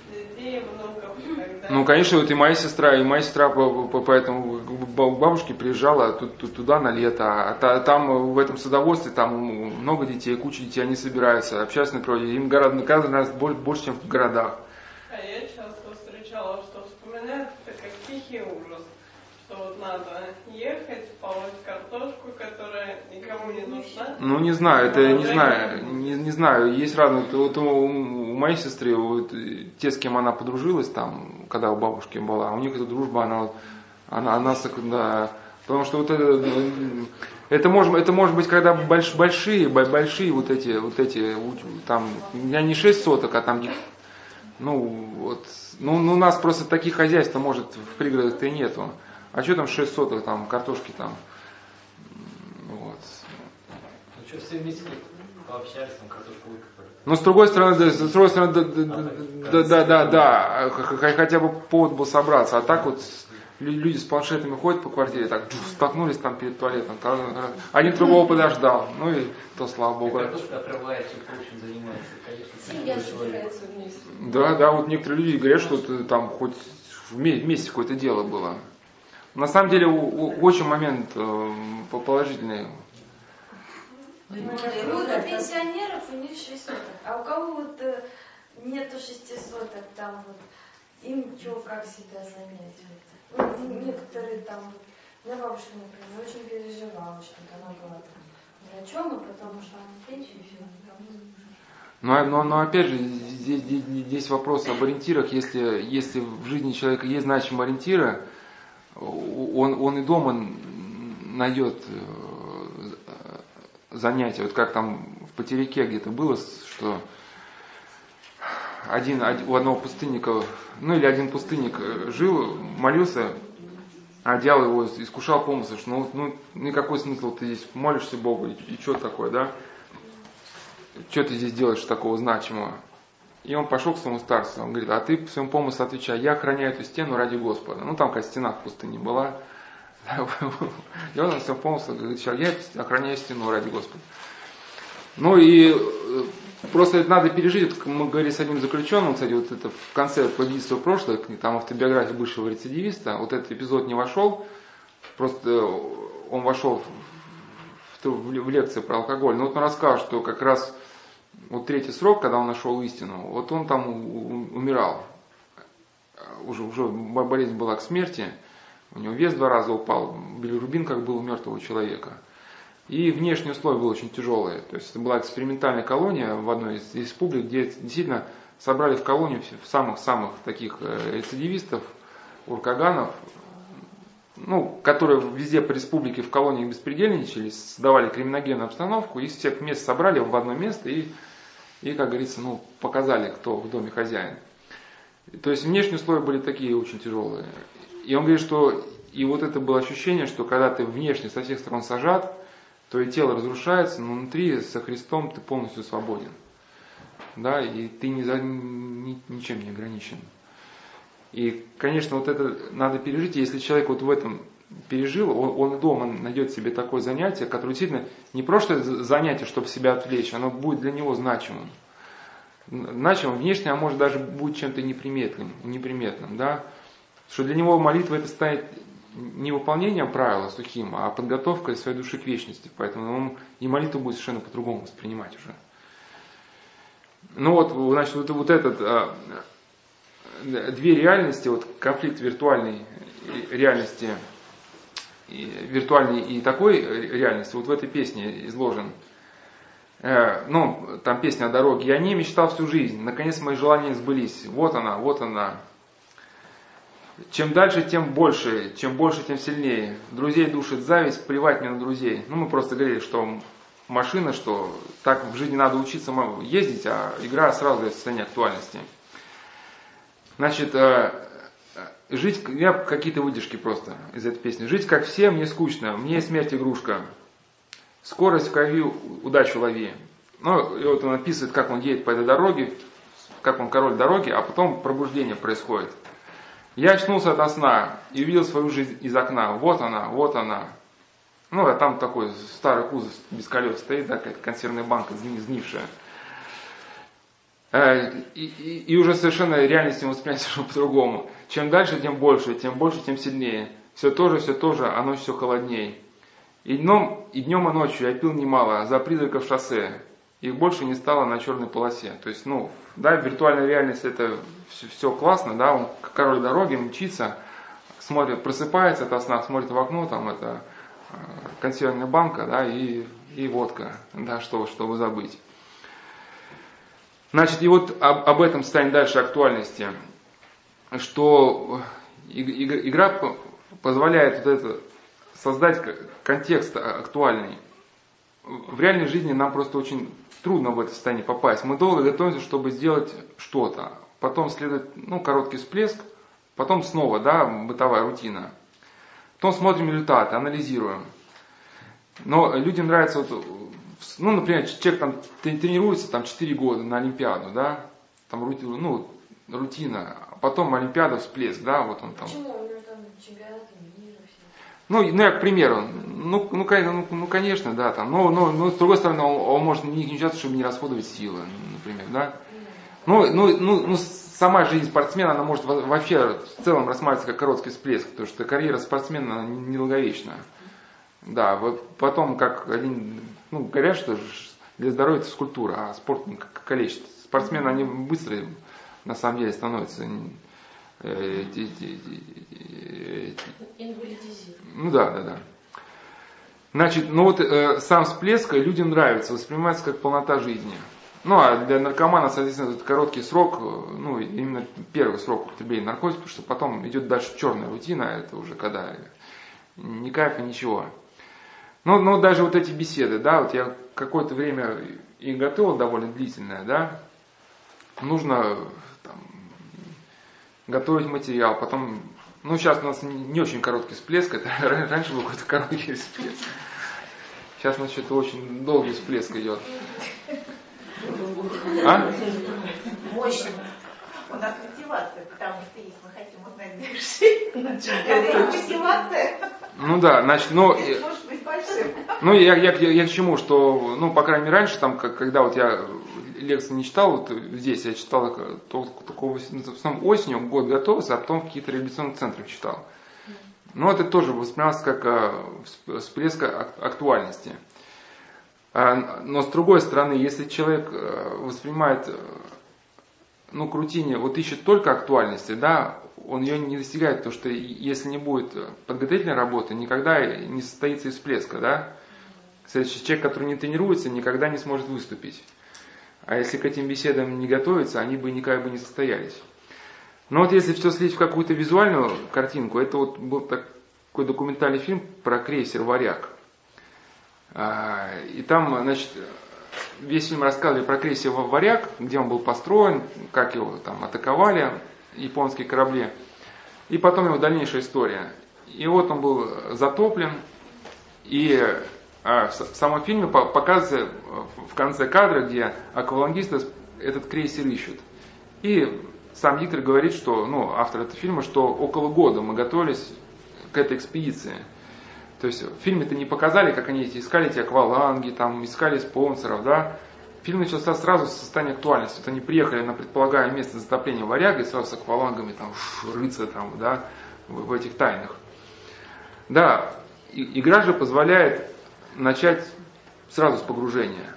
детей, внуков и так далее. Ну, конечно, вот и моя сестра, и моя сестра по- по- поэтому к бабушке приезжала ту- ту- туда на лето, а та- там в этом садоводстве там много детей, куча детей, они собираются, общественной природе, им гораздо, каждый раз боль- больше, чем в городах. А я часто встречала, что вспоминают это как тихий ужас, что вот надо ехать, полоть картошку, которая никому не нужна. Ну, не знаю, это не знаю, не, не знаю, есть разные. Вот у, у моей сестры, вот, те, с кем она подружилась там, когда у бабушки была, у них эта дружба, она, она, она, да, потому что вот это, это может, это может быть, когда больш, большие, большие вот эти, вот эти, там, у меня не шесть соток, а там, ну, вот, ну, ну, у нас просто таких хозяйств, может, в пригородах-то и нету. А что там шесть соток, там, картошки там, вот. Ну что, все вместе пообщались, там картошку выкопали. Но с другой стороны, да, с другой стороны, да, да, да, да, да, хотя бы повод был собраться. А так вот люди с планшетами ходят по квартире, так столкнулись там перед туалетом. Один другого подождал. Ну и то, слава богу. Картошка отрывается, прочим занимается. Семья собирается вместе. Да, да, вот некоторые люди говорят, что там хоть вместе какое-то дело было. На самом деле очень момент положительный. Ну, у пенсионеров у них шесть соток, а у кого вот э, нету шести соток, там вот, им что, как себя занять? Вот. Ну, некоторые там, я бабушка, например, очень переживала, что она была там врачом, и потому что она пенсию все. Но, но, но опять же, здесь, здесь, здесь вопрос об ориентирах. Если, если в жизни человека есть значимые ориентиры, он, он и дома найдет занятия. Вот как там в Потеряке где-то было, что один, один, у одного пустынника, ну или один пустынник жил, молился, а дьявол его искушал помыслом, что ну, ну никакой смысл, ты здесь молишься Богу, и, и что такое, да? Что ты здесь делаешь такого значимого? И он пошел к своему старцу, он говорит, а ты по своему помыслу отвечай, я охраняю эту стену ради Господа. Ну там какая стена в пустыне была. И он на своем помысле говорит, я охраняю стену ради Господа. Ну и просто это надо пережить. Вот мы говорили с одним заключенным, кстати, вот это в конце «Победительства прошлое», там автобиография бывшего рецидивиста, вот этот эпизод не вошел, просто он вошел в, в, в лекцию про алкоголь. Но вот он рассказал, что как раз вот третий срок, когда он нашел истину, вот он там умирал. Уже, уже болезнь была к смерти, у него вес два раза упал, билирубин как был у мертвого человека. И внешние условия были очень тяжелые. То есть это была экспериментальная колония в одной из республик, где действительно собрали в колонию самых-самых таких рецидивистов, уркаганов, ну, которые везде по республике в колониях беспредельничали, создавали криминогенную обстановку, и из всех мест собрали в одно место и, и как говорится, ну, показали, кто в доме хозяин. То есть внешние условия были такие очень тяжелые. И он говорит, что и вот это было ощущение, что когда ты внешне со всех сторон сажат, то и тело разрушается, но внутри со Христом ты полностью свободен. Да, и ты ни за, ни, ничем не ограничен. И, конечно, вот это надо пережить. Если человек вот в этом пережил, он, он дома найдет себе такое занятие, которое действительно не просто занятие, чтобы себя отвлечь, оно будет для него значимым. Значимым внешне, а может даже будет чем-то неприметным, неприметным, да. Что для него молитва это станет не выполнением правила сухим, а подготовкой своей души к вечности. Поэтому он и молитву будет совершенно по-другому воспринимать уже. Ну вот, значит, вот, вот этот, а, две реальности, вот конфликт виртуальной реальности, и, виртуальной и такой реальности, вот в этой песне изложен. Э, ну, там песня о дороге. «Я о ней мечтал всю жизнь, наконец мои желания сбылись. Вот она, вот она. Чем дальше, тем больше, чем больше, тем сильнее. Друзей душит зависть, плевать мне на друзей». Ну, мы просто говорили, что машина, что так в жизни надо учиться ездить, а игра сразу в состоянии актуальности. Значит, жить, я какие-то выдержки просто из этой песни. «Жить как все, мне скучно, мне смерть игрушка. Скорость в крови, удачу лови». Ну, и вот он описывает, как он едет по этой дороге, как он король дороги, а потом пробуждение происходит. «Я очнулся ото сна и увидел свою жизнь из окна. Вот она, вот она». Ну, а там такой старый кузов без колес стоит, да, какая-то консервная банка сгнившая. И, и, и уже совершенно реальность воспринимается совершенно по-другому. Чем дальше, тем больше, тем больше, тем сильнее. Все то же, все то же, а ночь все холоднее. И днем, и днем, и ночью я пил немало за призраков шоссе. Их больше не стало на черной полосе. То есть, ну, да, виртуальная реальность это все, все классно, да, он король дороги мчится, смотрит, просыпается от сна, смотрит в окно, там это консервная банка, да, и, и водка, да, что, чтобы забыть. Значит, и вот об, об этом станет дальше актуальности, что игра позволяет вот это, создать контекст актуальный. В реальной жизни нам просто очень трудно в это состояние попасть. Мы долго готовимся, чтобы сделать что-то. Потом следует, ну, короткий всплеск, потом снова, да, бытовая рутина. Потом смотрим результаты, анализируем. Но людям нравится, вот, ну, например, человек там тренируется там, четыре года на Олимпиаду, да, там рутина, ну, рутина, а потом Олимпиада, всплеск, да, вот он там. Почему? У него там чемпионаты мира все. Ну, ну, я к примеру, ну, ну, ну, ну конечно, да, там, но, но, но с другой стороны, он, он может не участвовать, чтобы не расходовать силы, например, да. Ну, ну, ну, ну, сама жизнь спортсмена, она может вообще в целом рассматриваться как короткий всплеск, потому что карьера спортсмена она недолговечна. Да, потом, как один, ну, говорят, что для здоровья это физкультура, а спорт калечит. Спортсмены, они быстро, на самом деле, становятся инвалидизированы. Ну да, да, да. Значит, ну вот э, сам всплеск людям нравится, воспринимается как полнота жизни. Ну а для наркомана, соответственно, это короткий срок, ну именно первый срок употребления наркотиков, потому что потом идет дальше черная рутина, это уже когда ни кайфа, ничего. Ну, ну даже вот эти беседы, да, вот я какое-то время и готовил довольно длительное, да, нужно там, готовить материал, потом, ну сейчас у нас не очень короткий всплеск, это раньше был какой-то короткий всплеск. Сейчас, значит, очень долгий всплеск идет. А? Мощно. У нас мотивация, потому что если мы хотим узнать больше, это мотивация. Ну да, значит, ну, Может быть большим. ну я, я, я, я к чему, что, ну, по крайней мере, раньше, там, когда вот я лекции не читал, вот здесь я читал только в основном осенью, год готовился, а потом в каких-то реабилитационных центрах читал. Но это тоже воспринималось как всплеск актуальности. Но с другой стороны, если человек воспринимает, ну, к рутине, вот ищет только актуальности, да, он ее не достигает, потому что если не будет подготовительной работы, никогда не состоится и всплеска, да. Следующий человек, который не тренируется, никогда не сможет выступить. А если к этим беседам не готовиться, они бы никогда бы не состоялись. Но вот если все слить в какую-то визуальную картинку, это вот был такой документальный фильм про крейсер «Варяг». И там, значит, весь фильм рассказывали про крейсер «Варяг», где он был построен, как его там атаковали, японские корабли, и потом его дальнейшая история. И вот он был затоплен, и в самом фильме показывается в конце кадра, где аквалангисты этот крейсер ищут. И сам диктор говорит, что, ну, автор этого фильма, что около года мы готовились к этой экспедиции. То есть в фильме-то не показали, как они искали эти акваланги, там, искали спонсоров, да. Фильм начался сразу с состояния актуальности. Вот они приехали на предполагаемое место затопления «Варяга» и сразу с аквалангами там рыться там, да, в, в этих тайнах. Да, и, игра же позволяет начать сразу с погружения.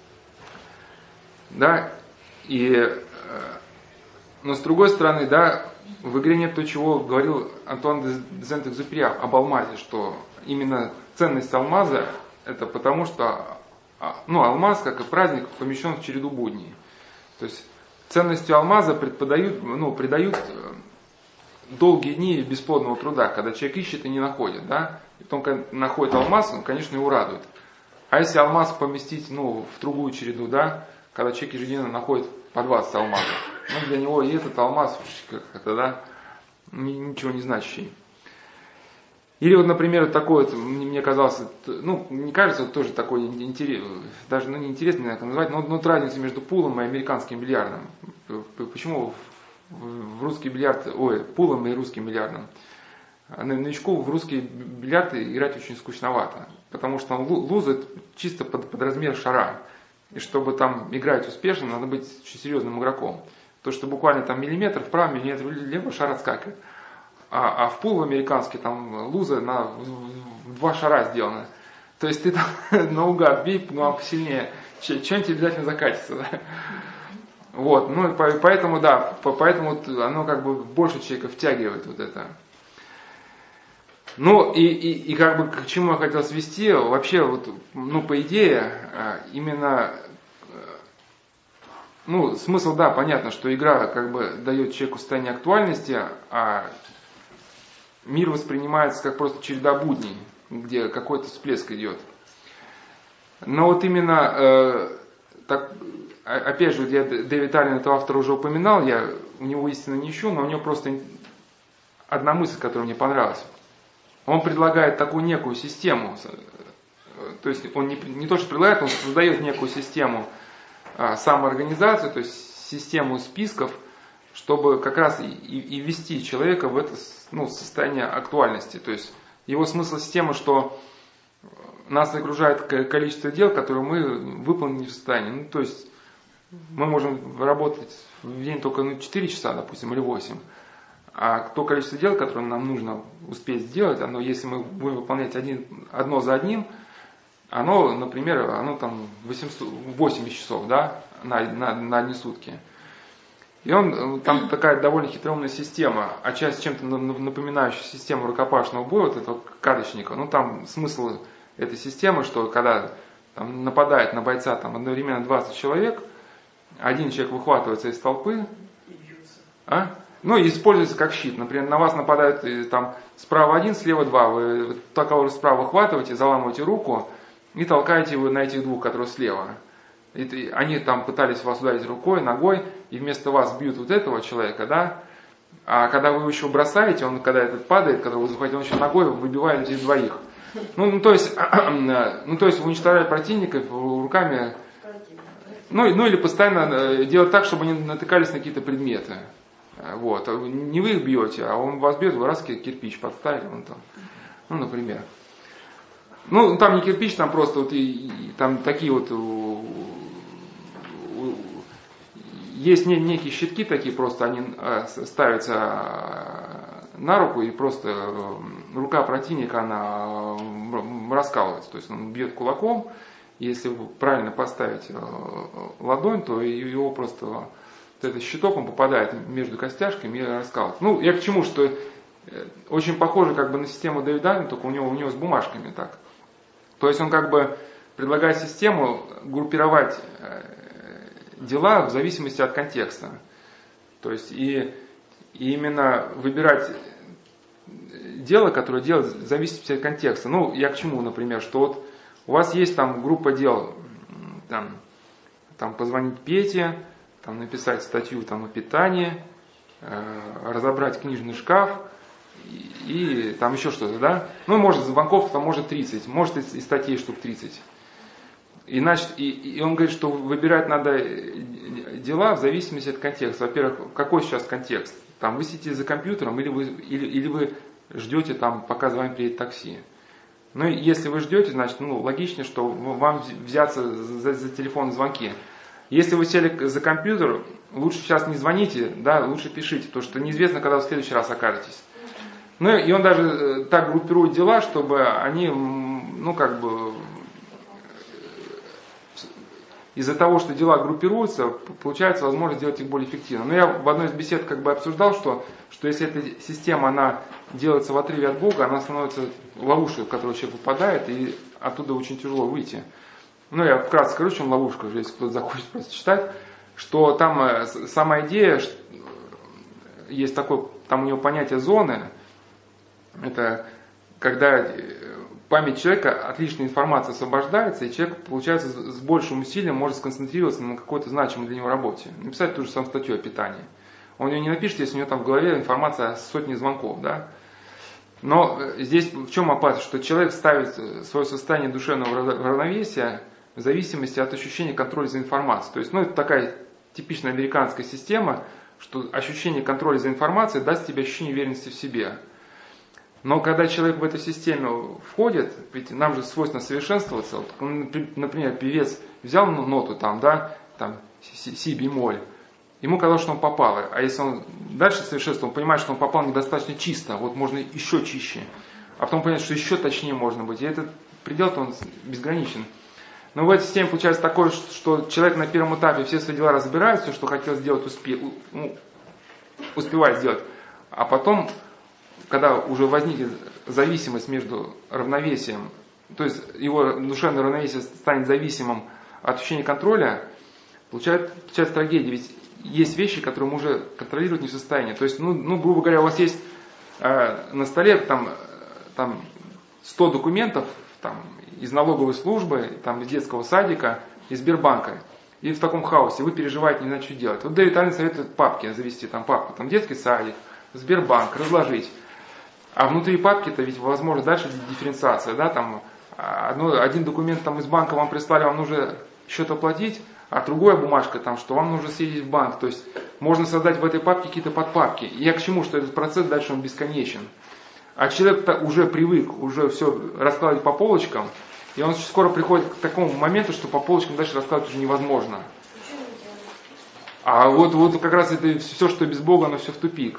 Да, и, но с другой стороны, да, в игре нет то, чего говорил Антуан де Сент-Экзюпери об алмазе, что именно ценность алмаза это потому, что, ну, алмаз, как и праздник, помещен в череду будней. То есть ценностью алмаза преподают, ну, придают долгие дни бесплодного труда, когда человек ищет и не находит, да. И потом, когда находит алмаз, он, конечно, его радует. А если алмаз поместить, ну, в другую череду, да, когда человек ежедневно находит по двадцать алмазов, ну, для него и этот алмаз, как-то, да, ничего не значащий. Или вот, например, такой вот, мне казалось, ну, мне кажется, вот тоже такой интересный, даже, ну, не интересный, как назвать, но вот разница между пулом и американским бильярдом. Почему в русский бильярд, ой, пулом и русским бильярдом? Новичку в русский бильярд играть очень скучновато, потому что он лузает чисто под, под размер шара. И чтобы там играть успешно, надо быть очень серьезным игроком. То, что буквально там миллиметр вправо, миллиметр влево, шар отскакивает. А, а в пул американский там луза на в два шара сделана. То есть ты там наугад бей, ну а посильнее, что-нибудь обязательно закатится. Да? Вот, ну и поэтому, да, поэтому оно как бы больше человека втягивает вот это. Ну и, и, и как бы к чему я хотел свести, вообще вот, ну по идее, именно, ну смысл, да, понятно, что игра как бы дает человеку состояние актуальности, а мир воспринимается как просто череда будней, где какой-то всплеск идет. Но вот именно, э, так, опять же, я Дэвид Аллен, этого автора уже упоминал, я у него истинно не ищу, но у него просто одна мысль, которая мне понравилась. Он предлагает такую некую систему, то есть он не, не то, что предлагает, он создает некую систему а, самоорганизации, то есть систему списков, чтобы как раз и, и ввести человека в это, ну, состояние актуальности. То есть его смысл системы, что нас окружает количество дел, которые мы выполнить не в состоянии. Ну, то есть мы можем работать в день только ну, четыре часа, допустим, или восемь. А то количество дел, которое нам нужно успеть сделать, оно, если мы будем выполнять один, одно за одним, оно, например, оно там восемьсот, восемьдесят часов, да, на, на, на одни сутки. И он, там такая довольно хитроумная система, отчасти чем-то напоминающая систему рукопашного боя, вот этого карточника. Ну, там смысл этой системы, что когда там, нападает на бойца там, одновременно двадцать человек, один человек выхватывается из толпы, а? Ну, и используется как щит. Например, на вас нападают там, справа один, слева два. Вы такого же справа выхватываете, заламываете руку и толкаете его на этих двух, которые слева. И они там пытались вас ударить рукой, ногой, и вместо вас бьют вот этого человека, да. А когда вы еще бросаете, он когда этот падает, когда вы захватите, он еще ногой выбивает этих двоих. Ну, ну, то есть, ну, то есть уничтожать противников руками, ну, ну или постоянно делать так, чтобы они натыкались на какие-то предметы. Вот. Не вы их бьете, а он вас бьет, вы раз кирпич подставили, вон там. Ну, например. Ну, там не кирпич, там просто вот и, и, там такие вот у, у, есть не, некие щитки такие, просто они э, ставятся на руку, и просто э, рука противника, она э, раскалывается. То есть он бьет кулаком, и если вы правильно поставите э, ладонь, то его просто... вот этот щиток, он попадает между костяшками и раскалывается. Ну, я к чему, что очень похоже как бы на систему Дэвида Аллена, только у него, у него с бумажками так. То есть он как бы предлагает систему группировать дела в зависимости от контекста. То есть и, и именно выбирать дело, которое делать в зависимости от контекста. Ну, я к чему, например, что вот у вас есть там группа дел, там, там позвонить Пете, там, написать статью там, о питании, э, разобрать книжный шкаф и, и там еще что-то, да? Ну, может, звонков там может тридцать, может и, и статей штук тридцать. И, значит, и, и он говорит, что выбирать надо дела в зависимости от контекста. Во-первых, какой сейчас контекст? Там вы сидите за компьютером или вы, или, или вы ждете, там, пока за вами приедет такси. Ну, если вы ждете, значит, ну, логичнее, что вам взяться за, за телефонные звонки. Если вы сели за компьютер, лучше сейчас не звоните, да, лучше пишите, потому что неизвестно, когда вы в следующий раз окажетесь. Ну и он даже так группирует дела, чтобы они, ну как бы, из-за того, что дела группируются, получается возможность сделать их более эффективно. Но я в одной из бесед как бы обсуждал, что, что если эта система, она делается в отрыве от Бога, она становится ловушкой, в которую человек попадает, и оттуда очень тяжело выйти. Ну, я вкратце скажу, в чем ловушка, если кто-то захочет просто читать, что там э, сама идея, что есть такое, там у него понятие зоны, это когда память человека от лишней информации освобождается, и человек, получается, с большим усилием может сконцентрироваться на какой-то значимой для него работе. Написать ту же самую статью о питании. Он ее не напишет, если у него там в голове информация о сотне звонков, да. Но здесь в чем опасность, что человек ставит свое состояние душевного равновесия в зависимости от ощущения контроля за информацией. То есть, ну, это такая типичная американская система, что ощущение контроля за информацией даст тебе ощущение уверенности в себе. Но когда человек в эту систему входит, ведь нам же свойственно совершенствоваться. Вот, например, певец взял ноту там, да, там си бемоль, ему казалось, что он попал. А если он дальше совершенствует, он понимает, что он попал недостаточно чисто, вот можно еще чище. А потом понимает, что еще точнее можно быть. И этот предел-то он безграничен. Но в этой системе получается такое, что человек на первом этапе все свои дела разбирает, все, что хотел сделать, успе, ну, успевает сделать. А потом, когда уже возникнет зависимость между равновесием, то есть его душевное равновесие станет зависимым от ощущения контроля, получается, получается трагедия. Ведь есть вещи, которые мы уже контролировать не в состоянии. То есть, ну, ну грубо говоря, у вас есть э, на столе там, там сто документов там, из налоговой службы, там, из детского садика, из Сбербанка. И в таком хаосе вы переживаете, не знаете, что делать. Вот Дэвид Аллен советует папки завести, там папку, там детский садик, Сбербанк, разложить. А внутри папки-то ведь возможно дальше дифференциация, да, там одно, один документ там из банка вам прислали, вам нужно счет оплатить, а другая бумажка там, что вам нужно съездить в банк. То есть можно создать в этой папке какие-то подпапки. И я к чему, что этот процесс дальше он бесконечен. А человек-то уже привык, уже все раскладывать по полочкам, и он скоро приходит к такому моменту, что по полочкам дальше раскладывать уже невозможно. А вот, вот как раз это все, что без Бога, оно все в тупик.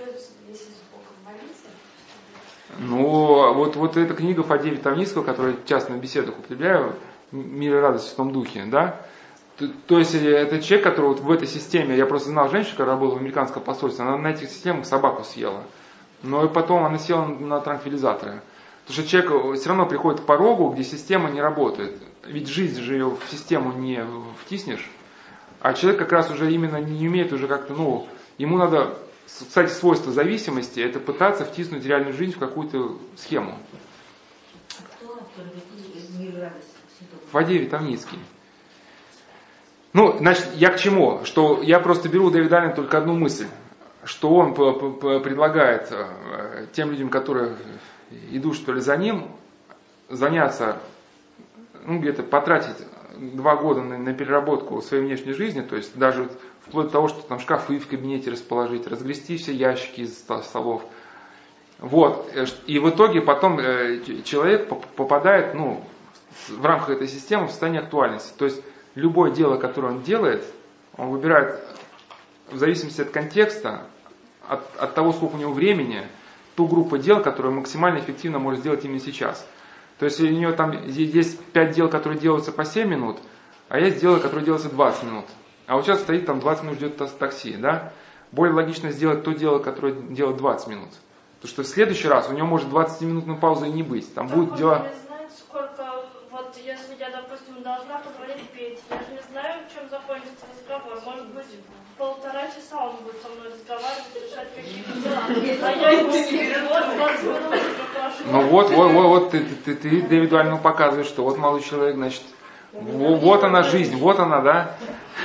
Ну, вот, вот эта книга Фадея Витовницкого, которую я часто на беседах употребляю, «Мир и радость в том духе», да? То, то есть это человек, который вот в этой системе, я просто знал женщину, которая работала в американском посольстве, она на этих системах собаку съела. Но и потом она села на транквилизаторы. Потому что человек все равно приходит к порогу, где система не работает. Ведь жизнь же ее в систему не втиснешь. А человек как раз уже именно не умеет уже как-то, ну, ему надо, кстати, свойство зависимости, это пытаться втиснуть реальную жизнь в какую-то схему. Кто автор «Мир и радость»? Фадей Витовницкий. Ну, значит, я к чему? Что я просто беру у Дэвида Аллена только одну мысль. Что он предлагает тем людям, которые идут что ли за ним, заняться, ну где-то потратить два года на, на переработку своей внешней жизни, то есть даже вплоть до того, что там шкафы в кабинете расположить, разгрести все ящики из столов. Вот. И в итоге потом человек попадает, ну, в рамках этой системы в состояние актуальности. То есть любое дело, которое он делает, он выбирает в зависимости от контекста, от, от того, сколько у него времени, ту группу дел, которую максимально эффективно может сделать именно сейчас. То есть, если у него там есть пять дел, которые делаются по семь минут, а есть дела, которые делаются двадцать минут. А вот сейчас стоит там двадцать минут ждет такси, да? Более логично сделать то дело, которое делает двадцать минут. Потому что в следующий раз у него может двадцатиминутной паузы и не быть. Там так будут дела... не знает, сколько, вот если я, допустим, должна поговорить Пете, я же не знаю, в чем закончится разговор. Может быть, полтора часа он будет со мной разговаривать, решать какие-то дела. А я ему вот двадцать минут уже прошло. Ну вот, вот, вот, вот ты, ты, ты Дэвиду Аллену показываешь, что вот молодой человек, значит, вот, вот она жизнь, вот она, да.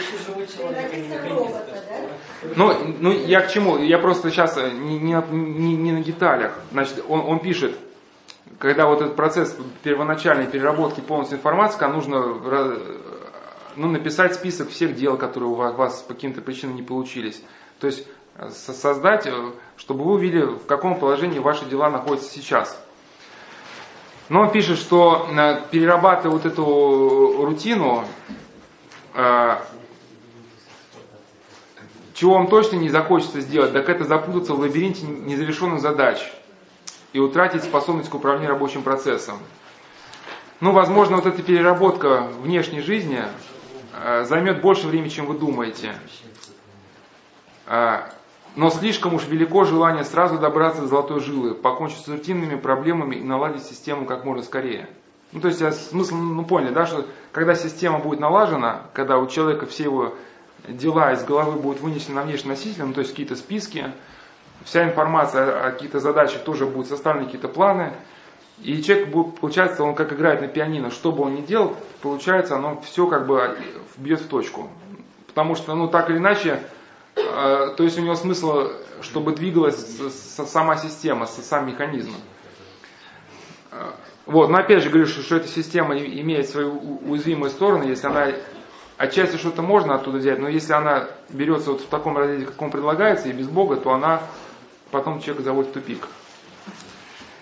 Ну, ну, я к чему? Я просто сейчас не, не, не, не на деталях. Значит, он, он пишет, когда вот этот процесс первоначальной переработки полностью информации, нужно ну, написать список всех дел, которые у вас, у вас по каким-то причинам не получились. То есть создать, чтобы вы увидели, в каком положении ваши дела находятся сейчас. Но он пишет, что перерабатывая вот эту рутину, чего вам точно не захочется сделать, так это запутаться в лабиринте незавершенных задач и утратить способность к управлению рабочим процессом. Ну, возможно, вот эта переработка внешней жизни э, займет больше времени, чем вы думаете. Э, но слишком уж велико желание сразу добраться до золотой жилы, покончить с рутинными проблемами и наладить систему как можно скорее. Ну, то есть, я смысл, ну, поняли, да, что когда система будет налажена, когда у человека все его дела из головы будут вынесены на внешний носитель, ну, то есть какие-то списки, вся информация о каких-то задачах тоже будут составлены, какие-то планы. И человек будет, получается, он как играет на пианино, что бы он ни делал, получается, оно все как бы бьет в точку. Потому что, ну, так или иначе, э, то есть у него смысл, чтобы двигалась с, с, сама система, с, сам механизм. Вот, но опять же говорю, что, что эта система имеет свои уязвимые стороны, если она отчасти что-то можно оттуда взять, но если она берется вот в таком разрезе, каком предлагается, и без Бога, то она потом человека заводит в тупик.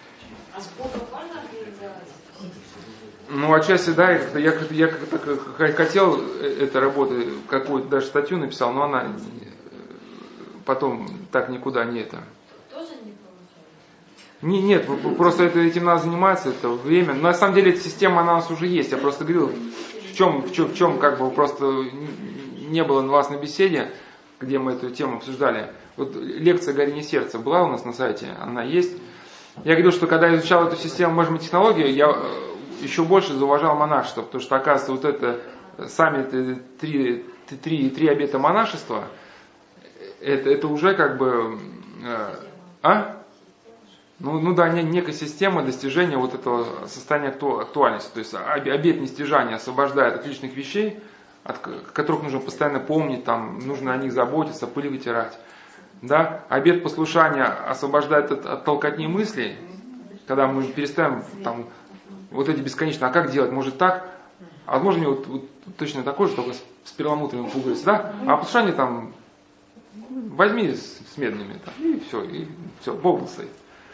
А с Богом можно организовать? Ну, отчасти, да, я как-то, я как-то, я как-то хотел этой работы, какую-то даже статью написал, но она потом так никуда не это. Тоже не получается? Не, нет, просто это, этим надо заниматься, это время. Но на самом деле эта система, она у нас уже есть. Я просто говорил, в чем, в чем, в чем как бы просто не было на вас на беседе, где мы эту тему обсуждали. Вот лекция «Горение сердца» была у нас на сайте, она есть. Я говорил, что когда я изучал эту систему менеджмент технологии, я еще больше зауважал монашество, потому что, оказывается, вот это сами три, три, три обета монашества, это, это уже как бы... А? Ну, ну да, некая система достижения вот этого состояния актуальности. То есть обет нестяжания освобождает от личных вещей, от которых нужно постоянно помнить, там, нужно о них заботиться, пыль вытирать. Да? Обет послушания освобождает от, от толкотни мыслей, когда мы перестаем там, вот эти бесконечные, а как делать, может так, а возможно мне вот, вот точно такой же, только с, с перламутровым пуговицей, да? А послушание там, возьми с, с медными, там, и все, и все, Бог стоит.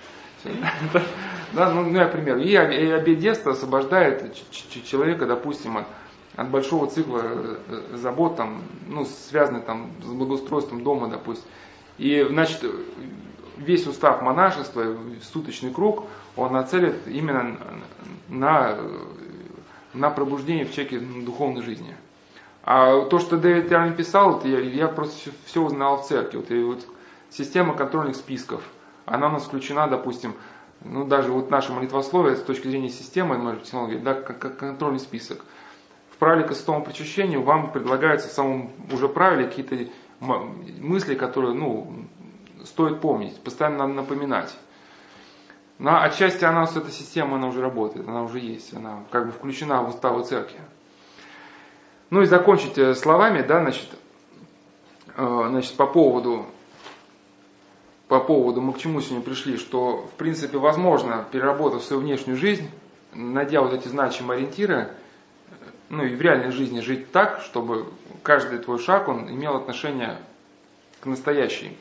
Да, ну, я пример. И обет детства освобождает человека, допустим, от, от большого цикла забот, там, ну, связанных там, с благоустройством дома, допустим. И, значит, весь устав монашества, суточный круг, он нацелен именно на, на пробуждение в человеке духовной жизни. А то, что Дэвид я написал, я, я просто все, все узнал в церкви. Вот, и вот система контрольных списков, она у нас включена, допустим, ну даже вот наше молитвословие с точки зрения системы, может, технологии, да, как, как контрольный список. В правиле к святому причащению вам предлагается в самом уже правиле какие-то мысли, которые, ну, стоит помнить, постоянно надо напоминать. Но отчасти она, эта система, она уже работает, она уже есть, она как бы включена в уставы церкви. Ну и закончить словами, да, значит, э, значит, по поводу По поводу, мы к чему сегодня пришли, что, в принципе, возможно, переработав свою внешнюю жизнь, найдя вот эти значимые ориентиры, ну и в реальной жизни жить так, чтобы каждый твой шаг, он имел отношение к настоящей,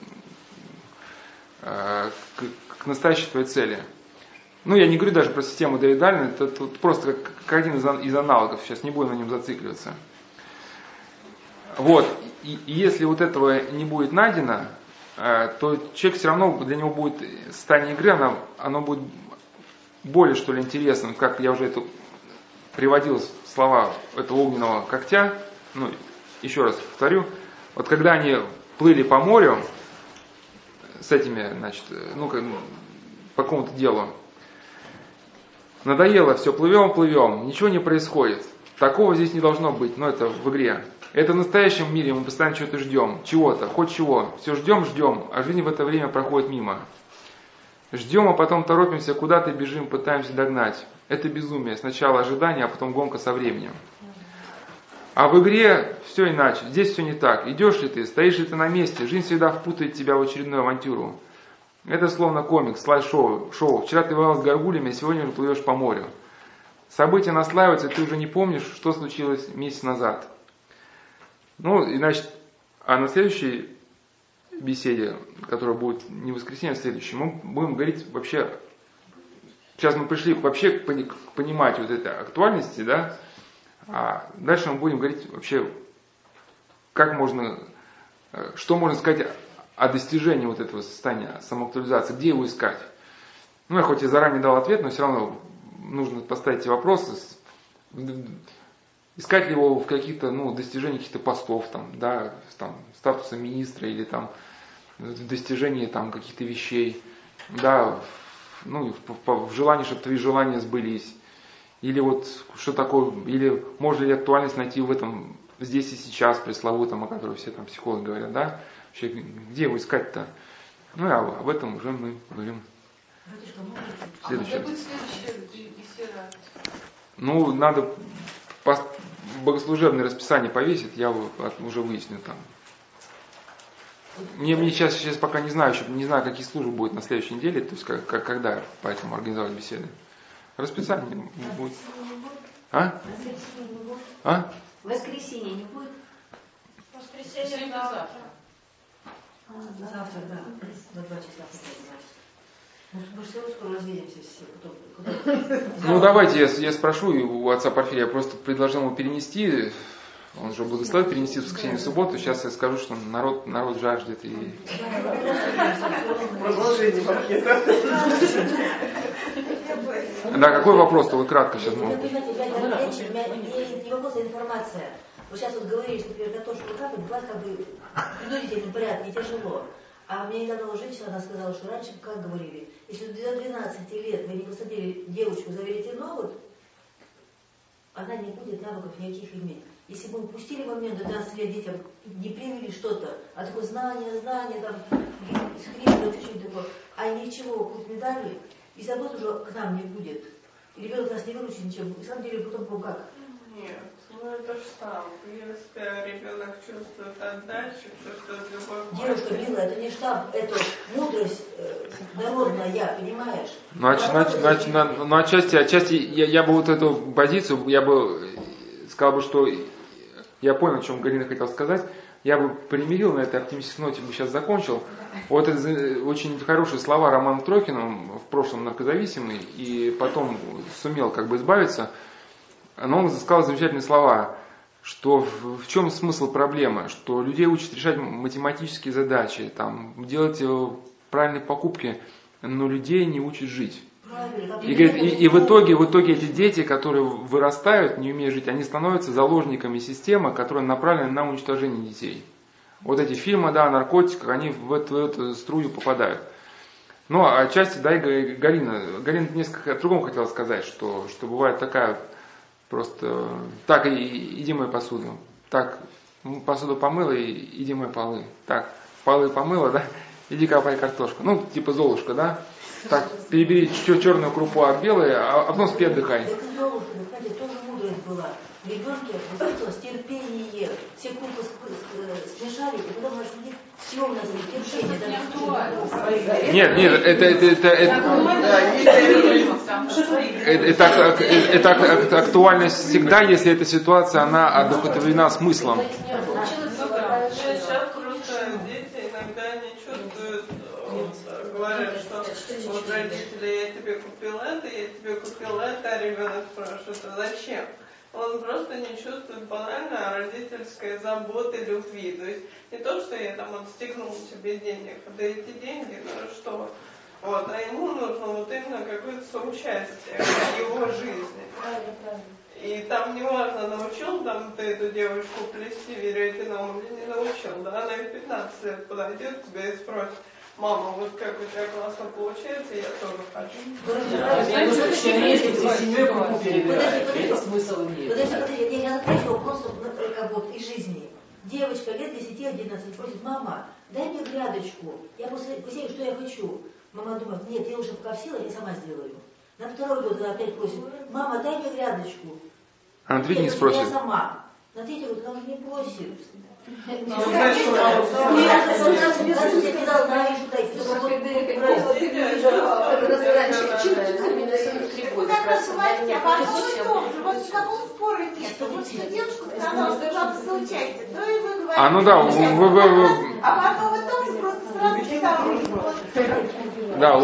к, к настоящей твоей цели. Ну, я не говорю даже про систему доидальную, это, это просто как, как один из, из аналогов, сейчас не будем на нем зацикливаться. Вот, и, и если вот этого не будет найдено, то человек все равно, для него будет состояние игры, оно, оно будет более, что ли, интересным, как я уже это приводил слова этого огненного когтя. Ну, еще раз повторю, вот когда они плыли по морю с этими, значит, ну, по какому-то делу, надоело все, плывем, плывем, ничего не происходит. Такого здесь не должно быть, но это в игре. Это в настоящем мире мы постоянно чего-то ждем, чего-то, хоть чего. Все ждем, ждем, а жизнь в это время проходит мимо. Ждем, а потом торопимся, куда-то бежим, пытаемся догнать. Это безумие. Сначала ожидание, а потом гонка со временем. А в игре все иначе. Здесь все не так. Идешь ли ты, стоишь ли ты на месте, жизнь всегда впутает тебя в очередную авантюру. Это словно комикс, слайд-шоу. Шоу. Вчера ты воевал с горгульями, а сегодня уже плывешь по морю. События наслаиваются, ты уже не помнишь, что случилось месяц назад. Ну, и значит, а на следующей беседе, которая будет не в воскресенье, а в следующем, мы будем говорить вообще, сейчас мы пришли вообще к понимать вот этой актуальности, да, а дальше мы будем говорить вообще, как можно, что можно сказать о достижении вот этого состояния самоактуализации, где его искать. Ну, я хоть и заранее дал ответ, но все равно нужно поставить эти вопросы. Искать ли его в каких-то, ну, достижениях каких-то постов, там, да, там, статуса министра или там в достижении там каких-то вещей, да, ну, в, в желании, чтобы твои желания сбылись. Или вот что такое, или можно ли актуальность найти в этом здесь и сейчас, пресловутом, о котором все там психологи говорят, да? Вообще, где его искать-то? Ну, и об этом уже мы говорим в следующий раз. Ну, надо богослужебное расписание повесить, я уже выясню там. Мне, мне сейчас, сейчас пока не знаю, еще не знаю, какие службы будут на следующей неделе, то есть как, как, когда поэтому организовать беседы. Расписание будет. А? А? Воскресенье не будет? Воскресенье завтра. А, завтра, да. На два часа. Мы же все равно скоро разведемся все. Потом, Ну давайте я, я спрошу у отца Порфирия, я просто предложил ему перенести, он же благословил перенести в воскресенье в субботу, сейчас я скажу, что народ, народ жаждет и... Продолжение пакета. Да, какой вопрос-то вы кратко сейчас Вы можете? понимаете, я, я, я, я, не вопрос, а информация. Вы сейчас вот говорите, например, на то, что как бы как бы принудительный порядок, не тяжело. А мне недавно была женщина, она сказала, что раньше, как говорили, если до двенадцати лет вы не посадили девочку за веретено, вот, она не будет навыков никаких иметь. Если бы мы упустили момент до двенадцати лет детям, не привили что-то, а такое знание, знание, там, скрипка, чуть-чуть такое, а ничего хоть не дали, и забот уже к нам не будет. И ребенок нас не выручит ничем. На самом деле, потом, ну как? Нет, ну это штамп. Если ребенок чувствует отдачу, чувствует любовь. Девушка милая, это не штамп, это мудрость э, народная, понимаешь? Ну, оч- нач- нач- на- ну, отчасти, отчасти я, я бы вот эту позицию, я бы сказал бы, что я понял, о чем Галина хотела сказать, я бы примирил на этой оптимистической ноте, бы сейчас закончил. Вот это очень хорошие слова Романа Трохина, в прошлом наркозависимый, и потом сумел как бы избавиться. Но он сказал замечательные слова, что в, в чем смысл проблемы, что людей учат решать математические задачи, там, делать правильные покупки, но людей не учат жить. И, говорит, и, и в итоге, в итоге эти дети, которые вырастают, не умея жить, они становятся заложниками системы, которая направлена на уничтожение детей. Вот эти фильмы, да, о наркотиках, они в эту, в эту струю попадают. Ну, а отчасти, да, и Галина. Галина несколько о другом хотела сказать, что, что бывает такая просто, так, и, иди мой посуду. Так, посуду помыла, и иди мой полы. Так, полы помыла, да, иди копай картошку. Ну, типа Золушка, да. Так, перебери черную крупу от белой, а потом спи, отдыхай. Так Золушка, кстати, тоже мудрость была. В ребенке воспитывалось терпение. Все крупы смешали, и потом наш них все у нас терпение. Да, нет, нет, это, это, это, это, это, это, это актуально всегда, если эта ситуация, она одухотворена смыслом. Сейчас просто дети иногда не чувствуют, вот, говорят, что вот родители, я тебе купил это, я тебе купил это, а ребенок спрашивает, а зачем? Он просто не чувствует банально родительской заботы, любви. То есть не то, что я там отстегнул себе денег, да эти деньги, ну что, вот, а ему нужно вот именно какое-то соучастие в его жизни. И там неважно, научил там ты эту девушку плести веретеном или не научил, да, она в пятнадцать лет подойдет к тебе и спросит: мама, вот как у тебя классно получается, я тоже хочу. Смысл имеет. Подожди, подожди, я ответила просто вот из жизни. Девочка лет десяти-одиннадцати просит: мама, дай мне грядочку, я посею, что я хочу. Мама думает: нет, я уже пока в силе, я сама сделаю. На второй год она опять просит: мама, дай мне грядочку. А на третий не спросит. Я сама. На третий год она уже не просит. А ну да, вы, вы, вы... А потом вы тоже просто сразу второй год. Да,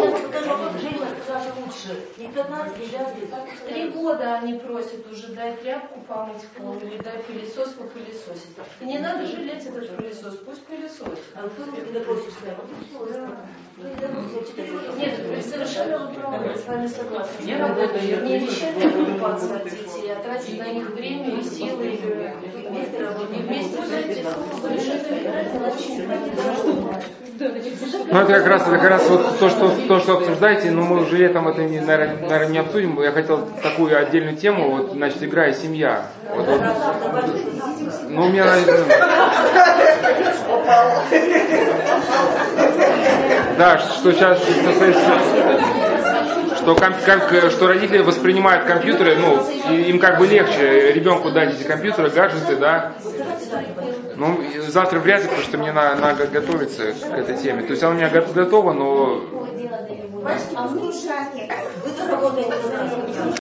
Три года они просят уже: дай тряпку помыть пол или дай пылесос попылесосить. И не надо жалеть этот пылесос, пусть пылесосит. А вы не просишь прямо? Нет, вы совершенно правы, я с вами согласна. Я работаю, не обещать оккупаться от детей, а тратить на них время и силы, и вместе работать. И вместе зайти ну это как раз, это как раз вот то, что, то, что обсуждаете, но мы уже летом это, не, наверное, наверное, не обсудим. Я хотел такую отдельную тему, вот, значит, игра и семья. Вот, вот. Ну, у меня... Да, что сейчас, что, что, что, что родители воспринимают компьютеры, ну, им как бы легче ребенку дать эти компьютеры, гаджеты, да. Ну, завтра вряд ли, потому что мне надо, надо готовиться к этой теме. То есть она у меня готова, но...